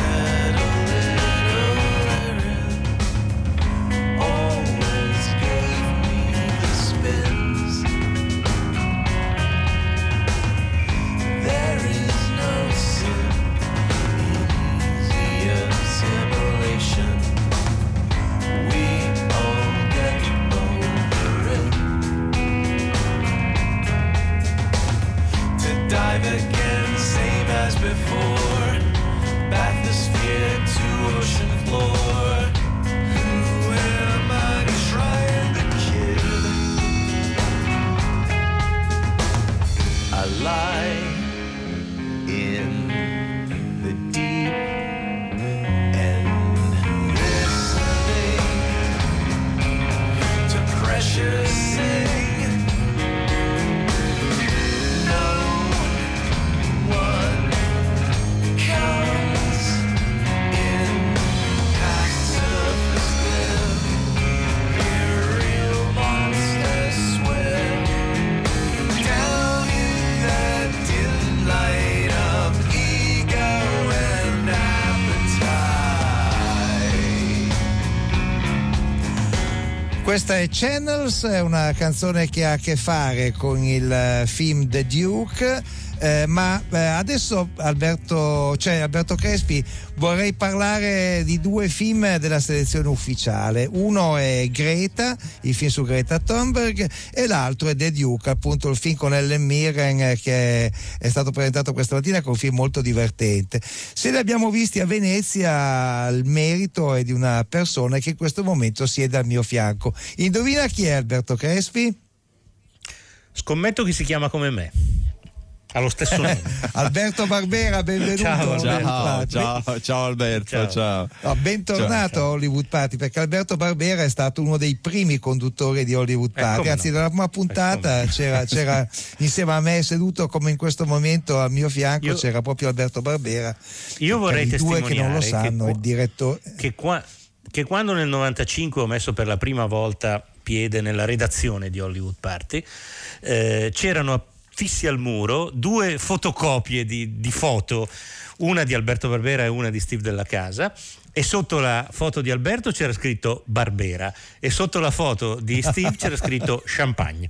Questa è Channels, è una canzone che ha a che fare con il film The Duke. Eh, ma eh, adesso Alberto, cioè Alberto Crespi, vorrei parlare di due film della selezione ufficiale. Uno è Greta, il film su Greta Thunberg, e l'altro è The Duke, appunto il film con Helen Mirren che è stato presentato questa mattina, con un film molto divertente. Se li abbiamo visti a Venezia, il merito è di una persona che in questo momento siede al mio fianco. Indovina chi è, Alberto Crespi? Scommetto che si chiama come me. Ha lo stesso nome. Alberto Barbera, benvenuto. Ciao, ciao, ciao, ciao Alberto, ciao. ciao. No, bentornato ciao, a Hollywood Party, perché Alberto Barbera è stato uno dei primi conduttori di Hollywood Party, eh, anzi no. Nella prima puntata eh, c'era, c'era insieme a me seduto come in questo momento al mio fianco io, c'era proprio Alberto Barbera. Io vorrei testimoniare due che non lo sanno, che, il direttore che, qua, che quando nel novantacinque ho messo per la prima volta piede nella redazione di Hollywood Party, eh, c'erano fissi al muro due fotocopie di, di foto, una di Alberto Barbera e una di Steve Della Casa, e sotto la foto di Alberto c'era scritto Barbera e sotto la foto di Steve c'era scritto Champagne.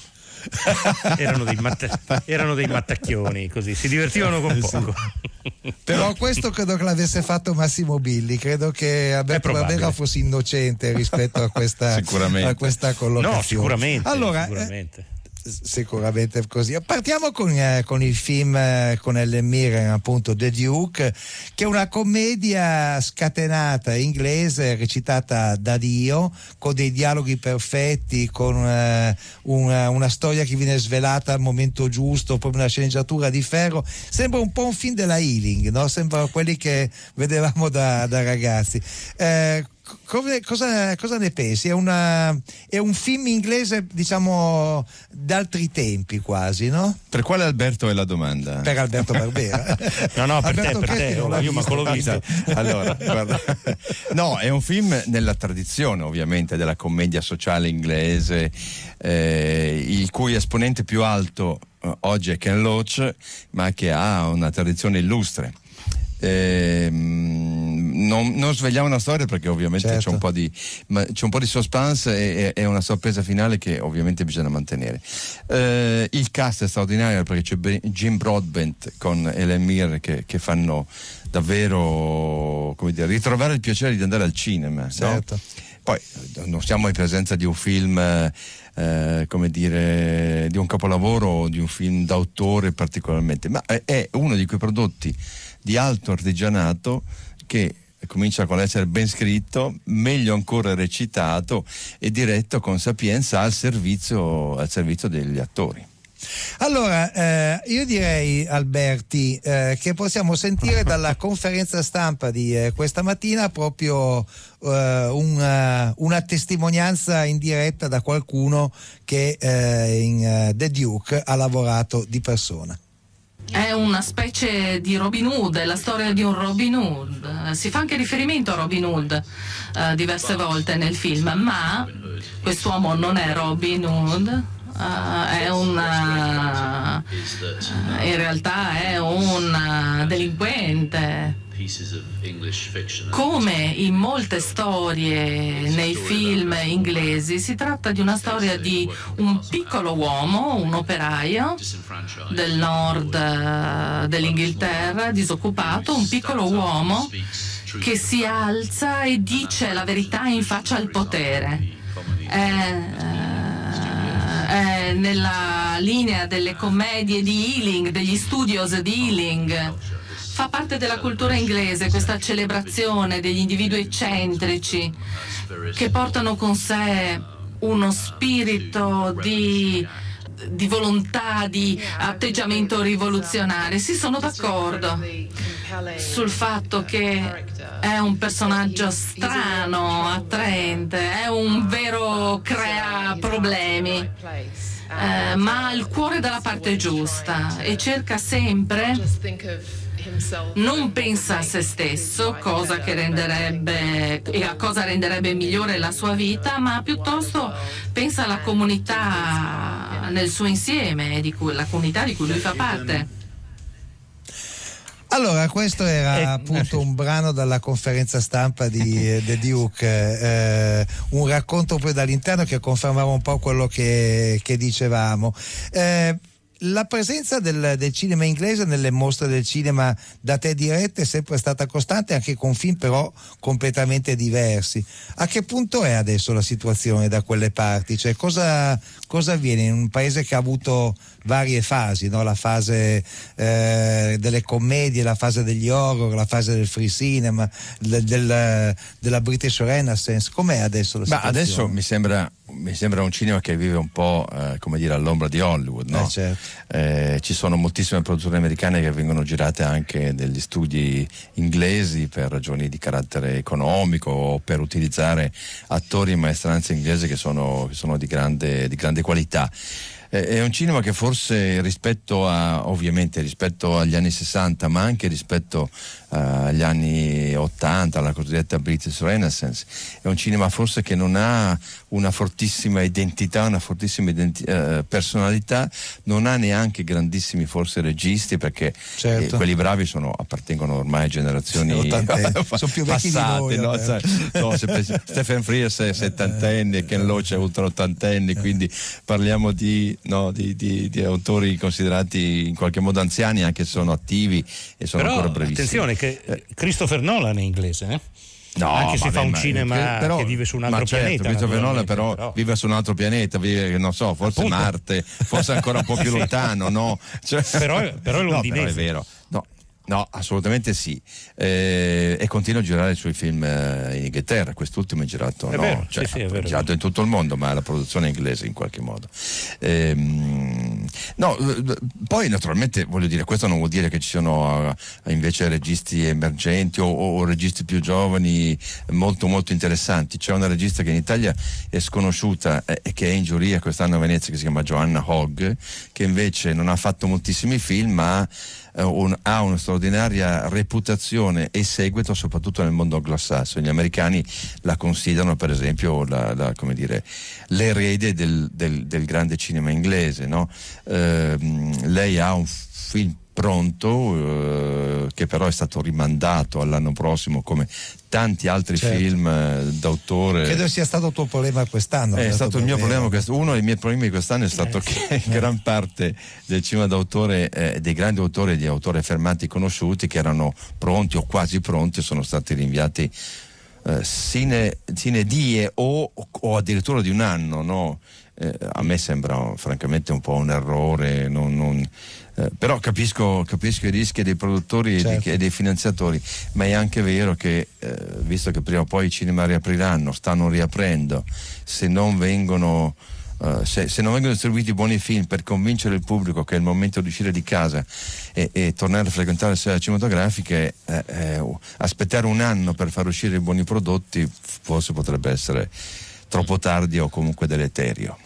Erano dei, matta- erano dei mattacchioni, così si divertivano con poco. Sì. Però questo credo che l'avesse fatto Massimo Billi, credo che Alberto Barbera fosse innocente rispetto a questa, a questa collocazione. No, sicuramente. Allora, sicuramente. Eh, sicuramente così. Partiamo con, eh, con il film eh, con Helen Mirren, appunto The Duke, che è una commedia scatenata inglese recitata da Dio, con dei dialoghi perfetti, con eh, una, una storia che viene svelata al momento giusto, proprio una sceneggiatura di ferro. Sembra un po' un film della Ealing, no? Sembra quelli che vedevamo da, da ragazzi. Eh, Come, cosa, cosa ne pensi? È, una, è un film inglese, diciamo, d'altri tempi quasi, no? Per quale Alberto è la domanda? Per Alberto Barbera. no, no, per Alberto te, per te. Io Io ma l'ho visto. Allora, guarda. No, è un film nella tradizione, ovviamente, della commedia sociale inglese, eh, il cui esponente più alto eh, oggi è Ken Loach, ma che ha una tradizione illustre. Eh, non, non svegliamo una storia perché ovviamente certo. c'è un po' di ma c'è un po' di suspense e, e una sorpresa finale che ovviamente bisogna mantenere. Eh, il cast è straordinario perché c'è Jim Broadbent con Helen Mirren che, che fanno davvero, come dire, ritrovare il piacere di andare al cinema, certo. No? Poi non siamo in presenza di un film eh, come dire, di un capolavoro o di un film d'autore particolarmente, ma è, è uno di quei prodotti di alto artigianato che comincia con l'essere ben scritto, meglio ancora recitato e diretto con sapienza al servizio, al servizio degli attori. Allora, eh, io direi, Alberti, eh, che possiamo sentire dalla conferenza stampa di eh, questa mattina proprio eh, una, una testimonianza in diretta da qualcuno che eh, in uh, The Duke ha lavorato di persona. È una specie di Robin Hood, è la storia di un Robin Hood. Si fa anche riferimento a Robin Hood uh, diverse volte nel film, ma quest'uomo non è Robin Hood, uh, è una, uh, in realtà è un uh, delinquente. Come in molte storie nei film inglesi, si tratta di una storia di un piccolo uomo, un operaio del nord uh, dell'Inghilterra, disoccupato, un piccolo uomo che si alza e dice la verità in faccia al potere. È, uh, è nella linea delle commedie di Ealing, degli studios di Ealing. Fa parte della cultura inglese questa celebrazione degli individui eccentrici che portano con sé uno spirito di, di volontà, di atteggiamento rivoluzionario. Sì, sono d'accordo sul fatto che è un personaggio strano, attraente, è un vero crea problemi, eh, ma ha il cuore dalla parte giusta e cerca sempre. Non pensa a se stesso, cosa che renderebbe e a cosa renderebbe migliore la sua vita, ma piuttosto pensa alla comunità nel suo insieme, di cui, la comunità di cui lui fa parte. Allora, questo era Eh, appunto un brano dalla conferenza stampa di eh, The Duke, eh, un racconto poi dall'interno che confermava un po' quello che, che dicevamo. Eh, La presenza del, del cinema inglese nelle mostre del cinema da te dirette è sempre stata costante, anche con film però completamente diversi. A che punto è adesso la situazione da quelle parti? Cioè, cosa, cosa avviene in un paese che ha avuto varie fasi, no? La fase eh, delle commedie, la fase degli horror, la fase del free cinema, del, del, della British Renaissance. Com'è adesso la Ma situazione? adesso mi sembra, mi sembra un cinema che vive un po' eh, come dire all'ombra di Hollywood, no? Eh, certo. Eh, ci sono moltissime produzioni americane che vengono girate anche negli studi inglesi per ragioni di carattere economico o per utilizzare attori in maestranza inglese che sono, che sono di grande, di grande qualità. È un cinema che forse rispetto a, ovviamente rispetto agli anni sessanta, ma anche rispetto uh, agli anni ottanta, la cosiddetta British Renaissance, è un cinema forse che non ha una fortissima identità, una fortissima identi- uh, personalità, non ha neanche grandissimi forse registi, perché certo. eh, quelli bravi sono, appartengono ormai a generazioni sono più vecchi passate, di noi, no? Sai, no, se pensi, Stephen Frears è settantenne e Ken Loach è ultra ottantenni, quindi parliamo di No, di, di, di autori considerati in qualche modo anziani, anche se sono attivi e sono però, ancora brevissimi. Attenzione che Christopher Nolan è inglese, eh? No, anche se vabbè, fa un ma, cinema però, che vive su un altro ma certo, pianeta. Christopher Nolan però, però vive su un altro pianeta, vive, non so, forse Appunto. Marte, forse ancora un po' più Sì. lontano, no? Cioè, però, però è no, londinese. però è vero. No. No, assolutamente sì, eh, e continua a girare i suoi film eh, in Inghilterra. Quest'ultimo è girato, È no? vero, Cioè, sì, sì, è è vero. girato in tutto il mondo, ma la produzione è inglese in qualche modo. Ehm, no, eh, poi naturalmente voglio dire, questo non vuol dire che ci sono eh, invece registi emergenti o, o registi più giovani molto molto interessanti. C'è una regista che in Italia è sconosciuta e eh, che è in giuria quest'anno a Venezia, che si chiama Joanna Hogg, che invece non ha fatto moltissimi film, ma Un, ha una straordinaria reputazione e seguito soprattutto nel mondo anglosassone. Gli americani la considerano per esempio la, la, come dire, l'erede del, del, del grande cinema inglese, no? Eh, lei ha un film pronto eh, che però è stato rimandato all'anno prossimo, come tanti altri certo. film eh, d'autore. Credo sia stato il tuo problema quest'anno. È stato il mio problema, quest'anno. uno dei miei problemi di quest'anno è stato che gran parte del cinema d'autore, eh, dei grandi autori, di autori affermati conosciuti che erano pronti o quasi pronti, sono stati rinviati eh, sine, sine die o, o addirittura di un anno, no? Eh, a me sembra francamente un po' un errore, non, non, eh, però capisco, capisco i rischi dei produttori certo. e, di, e dei finanziatori, ma è anche vero che eh, visto che prima o poi i cinema riapriranno, stanno riaprendo, se non vengono uh, se, se non vengono distribuiti buoni film per convincere il pubblico che è il momento di uscire di casa e, e tornare a frequentare le sale cinematografiche, eh, eh, aspettare un anno per far uscire i buoni prodotti forse potrebbe essere troppo tardi o comunque deleterio.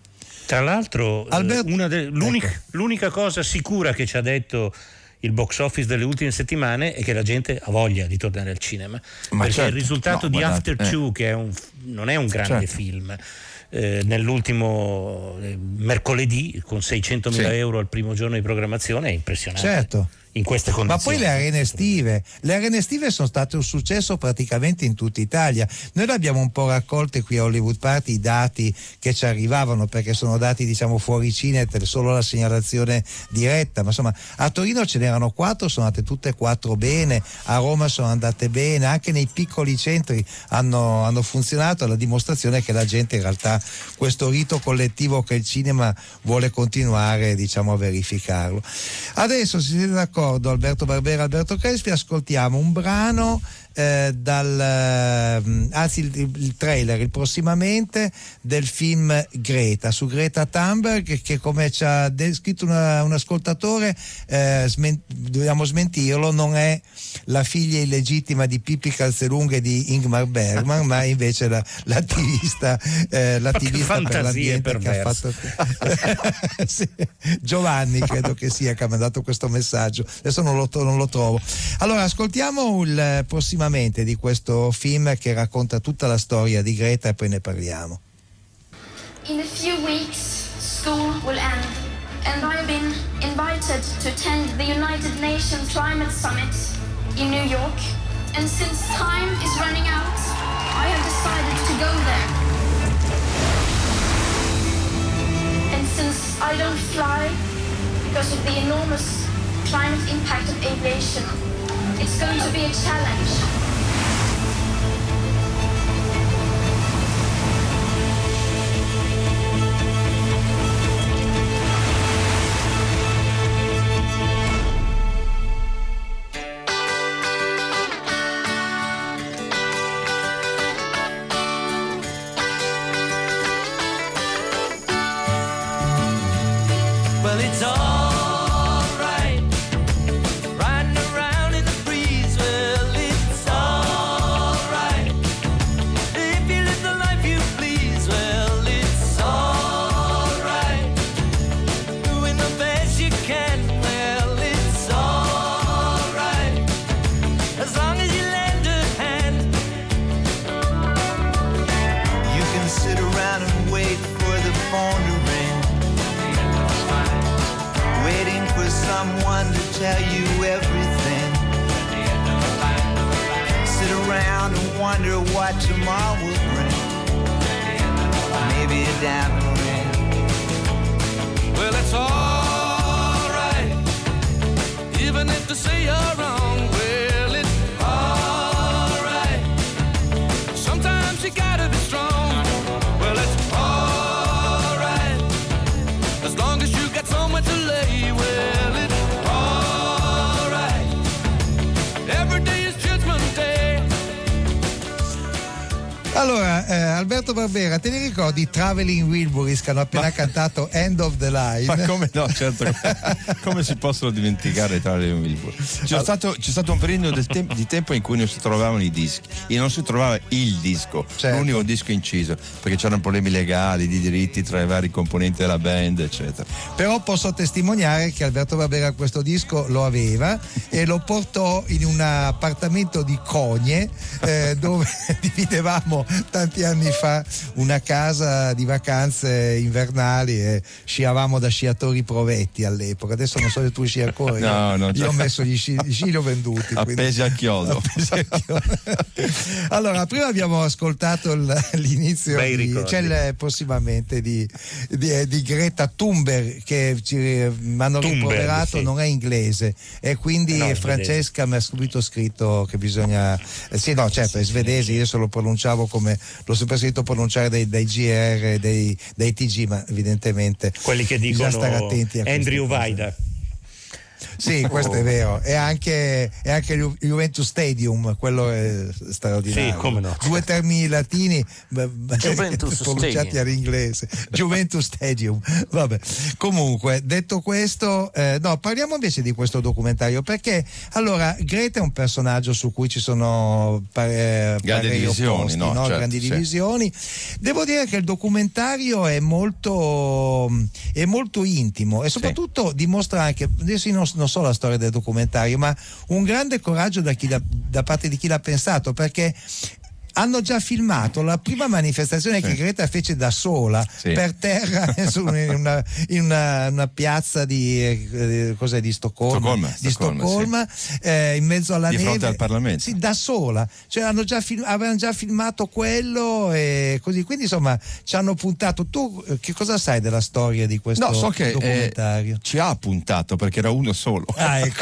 Tra l'altro, Albert... eh, una de- l'unica, ecco. l'unica cosa sicura che ci ha detto il box office delle ultime settimane è che la gente ha voglia di tornare al cinema. Ma perché certo, il risultato no, di guardate, After eh. Two, che è un, non è un grande Certo. film, eh, nell'ultimo eh, mercoledì con seicentomila Sì. euro al primo giorno di programmazione è impressionante. Certo. In queste Ma condizioni. poi le arene estive, le arene estive sono state un successo praticamente in tutta Italia. Noi le abbiamo un po' raccolte qui a Hollywood Party, i dati che ci arrivavano, perché sono dati diciamo fuori Cinetel, solo la segnalazione diretta, ma insomma a Torino ce n'erano quattro, sono andate tutte e quattro bene, a Roma sono andate bene, anche nei piccoli centri hanno, hanno funzionato, la dimostrazione che la gente in realtà questo rito collettivo che il cinema vuole continuare diciamo a verificarlo. Adesso, se siete d'accordo, Alberto Barbera, Alberto Crespi, ascoltiamo un brano eh, dal eh, anzi il, il trailer il prossimamente del film Greta, su Greta Thunberg, che, che come ci ha descritto una, un ascoltatore, eh, smen- dobbiamo smentirlo, non è la figlia illegittima di Pippi Calzelunghe di Ingmar Bergman, ma invece la, l'attivista eh, l'attivista per l'ambiente che ha fatto sì, Giovanni credo che sia che ha mandato questo messaggio, adesso non lo, non lo trovo. Allora ascoltiamo il prossimamente di questo film che racconta tutta la storia di Greta e poi ne parliamo. In a few weeks, school will end, and I've been invited invited to attend the United Nations Climate Summit in New York, and since time is running out, I have decided to go there. And since I don't fly because of the enormous climate impact of aviation, it's going to be a challenge. Well, it's alright, riding around in the breeze. Well, it's alright, if you live the life you please. Well, it's alright, doing the best you can. Well, it's alright, as long as you lend a hand. You can sit around and wait for the phone to ring, waiting for someone to tell you everything. Sit around and wonder what tomorrow will bring. Maybe a diamond ring. Well, it's alright, even if they say you're wrong. Well, it's alright, sometimes you gotta be strong. Well, it's alright, as long as you got somewhere to lay. Well, it's alright, every day is Judgment Day. Allora, eh, Alberto Barbera, te li ricordi Traveling Wilburys che hanno appena ma, cantato End of the Line? Ma come no, certo, come si possono dimenticare Traveling Wilburys? C'è, stato, c'è stato un periodo del te- di tempo in cui non si trovavano i dischi e non si trovava il disco, certo, l'unico disco inciso, perché c'erano problemi legali, di diritti tra i vari componenti della band, eccetera. Però posso testimoniare che Alberto Barbera questo disco lo aveva e lo portò in un appartamento di Cogne, eh, dove dividevamo tanti anni fa una casa di vacanze invernali e sciavamo da sciatori provetti all'epoca. Adesso non so se tu sci ancora. No, io, no, io ho messo gli sci, gli sci li ho venduti. Appesi al chiodo. Appesi al chiodo. Allora, prima abbiamo ascoltato il, l'inizio di, cioè il, prossimamente di, di, di Greta Thunberg, che ci mi hanno rimproverato, sì, non è inglese e quindi no, Francesca mi ha subito scritto che bisogna eh, sì no certo è svedese, io se lo pronunciavo come l'ho sempre sentito pronunciare dai, dai G R, dai, dai T G, ma evidentemente quelli che dicono stare attenti a Andrew Vaida. Sì, questo oh. è vero. E anche, e anche il Juventus Stadium, quello è straordinario. Sì, come no. Due termini latini Juventus pronunciati Stadium. all'inglese. Juventus Stadium. Vabbè. Comunque, detto questo, eh, no, parliamo invece di questo documentario, perché allora Greta è un personaggio su cui ci sono pare, grandi divisioni, opposti, no? no? Certo, grandi sì. divisioni. Devo dire che il documentario è molto, è molto intimo e soprattutto sì. dimostra anche, adesso non, non so la storia del documentario, ma un grande coraggio da, chi da, da parte di chi l'ha pensato, perché hanno già filmato la prima manifestazione sì. che Greta fece da sola sì. per terra in, una, in una, una piazza di, eh, cos'è, di Stoccolma, Stoccolma, di Stoccolma, Stoccolma sì. eh, in mezzo alla di neve, fronte al Parlamento, sì, da sola, cioè hanno già film, avevano già filmato quello e così, quindi insomma ci hanno puntato. Tu che cosa sai della storia di questo no, so che, documentario? Eh, ci ha puntato perché era uno solo. Ah, ecco.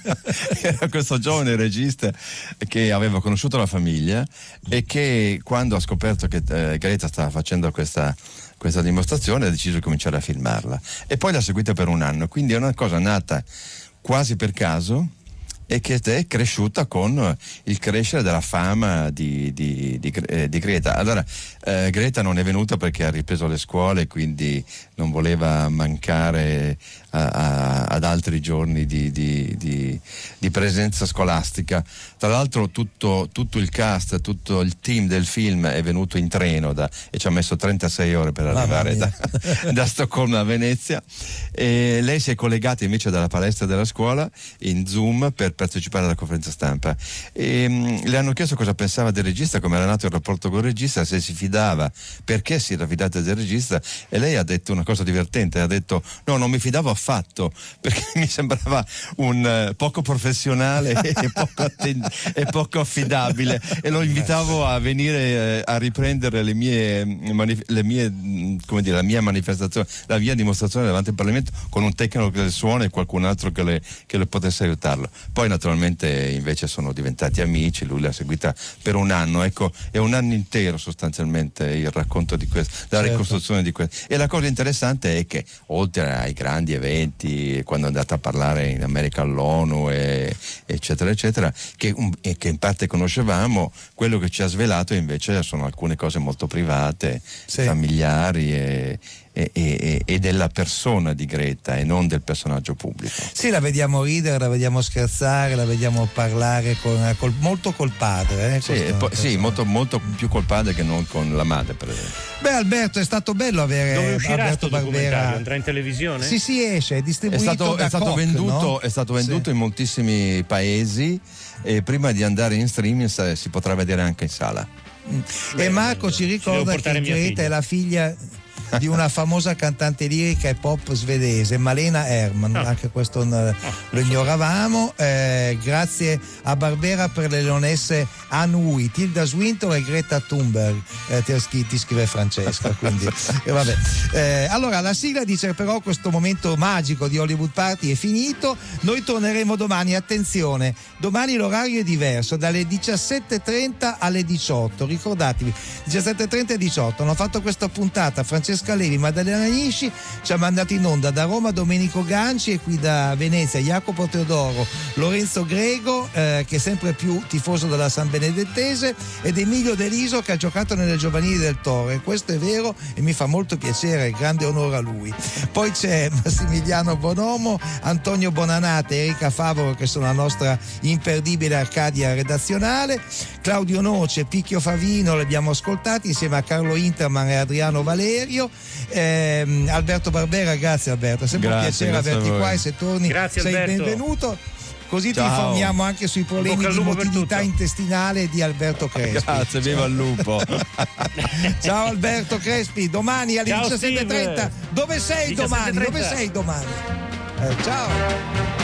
Era questo giovane regista che aveva conosciuto la famiglia e che quando ha scoperto che eh, Greta stava facendo questa, questa dimostrazione ha deciso di cominciare a filmarla e poi l'ha seguita per un anno, quindi è una cosa nata quasi per caso e che è cresciuta con il crescere della fama di, di, di, eh, di Greta. Allora eh, Greta non è venuta perché ha ripreso le scuole, quindi non voleva mancare a, a, ad altri giorni di, di, di, di presenza scolastica. Tra l'altro tutto, tutto il cast, tutto il team del film è venuto in treno da, e ci ha messo trentasei ore per arrivare da, da Stoccolma a Venezia, e lei si è collegata invece dalla palestra della scuola in Zoom per partecipare alla conferenza stampa e mh, le hanno chiesto cosa pensava del regista, come era nato il rapporto col regista, se si fidava, perché si era fidata del regista, e lei ha detto una cosa divertente, ha detto no, non mi fidavo affatto perché mi sembrava un uh, poco professionale e, poco atten- e poco affidabile, e lo invitavo a venire uh, a riprendere le mie, manif- le mie mh, come dire, la mia manifestazione, la mia dimostrazione davanti al Parlamento con un tecnico che le suona e qualcun altro che le, che le potesse aiutarlo. Poi naturalmente invece sono diventati amici, lui l'ha seguita per un anno, ecco, è un anno intero sostanzialmente il racconto di questo, la certo. ricostruzione di questo. E la cosa interessante è che oltre ai grandi eventi, quando è andata a parlare in America all'ONU e, eccetera eccetera, che, um, e che in parte conoscevamo, quello che ci ha svelato invece sono alcune cose molto private, sì. familiari e E, e, e della persona di Greta e non del personaggio pubblico. Sì, la vediamo ridere, la vediamo scherzare, la vediamo parlare con, col, molto col padre. Eh, sì, po- sì molto, molto più col padre che non con la madre, per esempio. Beh, Alberto, è stato bello avere Dove uscirà Alberto Barbera. Andrà in televisione? Sì, sì, esce, è distribuito è stato, da è stato Koch, venduto, no? è stato venduto sì. in moltissimi paesi e prima di andare in streaming si potrà vedere anche in sala. Mm. Beh, e Marco ci ricorda che Greta è la figlia di una famosa cantante lirica e pop svedese, Malena Herman, oh. anche questo oh. lo ignoravamo. Eh, grazie a Barbera per le leonesse Anui, Tilda Swinton e Greta Thunberg, eh, ti, ti scrive Francesca, quindi eh, vabbè. Eh, allora la sigla dice però questo momento magico di Hollywood Party è finito, noi torneremo domani, attenzione, domani l'orario è diverso, dalle diciassette e trenta alle diciotto, ricordatevi diciassette e trenta e diciotto. Hanno fatto questa puntata Francesca Levi, Maddalena Nisci, ci ha mandato in onda da Roma Domenico Ganci e qui da Venezia Jacopo Teodoro, Lorenzo Grego eh, che è sempre più tifoso della San Benedettese, ed Emilio Deliso che ha giocato nelle giovanili del Toro, e questo è vero e mi fa molto piacere, grande onore a lui. Poi c'è Massimiliano Bonomo, Antonio Bonanate, Erika Favoro che sono la nostra imperdibile Arcadia redazionale, Claudio Noce, Picchio Favino li abbiamo ascoltati insieme a Carlo Interman e Adriano Valerio. Eh, Alberto Barbera, grazie Alberto, è sempre grazie, un piacere averti qua, e se torni grazie, sei Alberto. benvenuto, così Ciao. ti informiamo anche sui problemi di motilità intestinale di Alberto Crespi. Grazie, viva il lupo. Ciao Alberto Crespi, domani alle ciao, diciassette e trenta. Dove sei domani? Dove sei domani? Eh, ciao.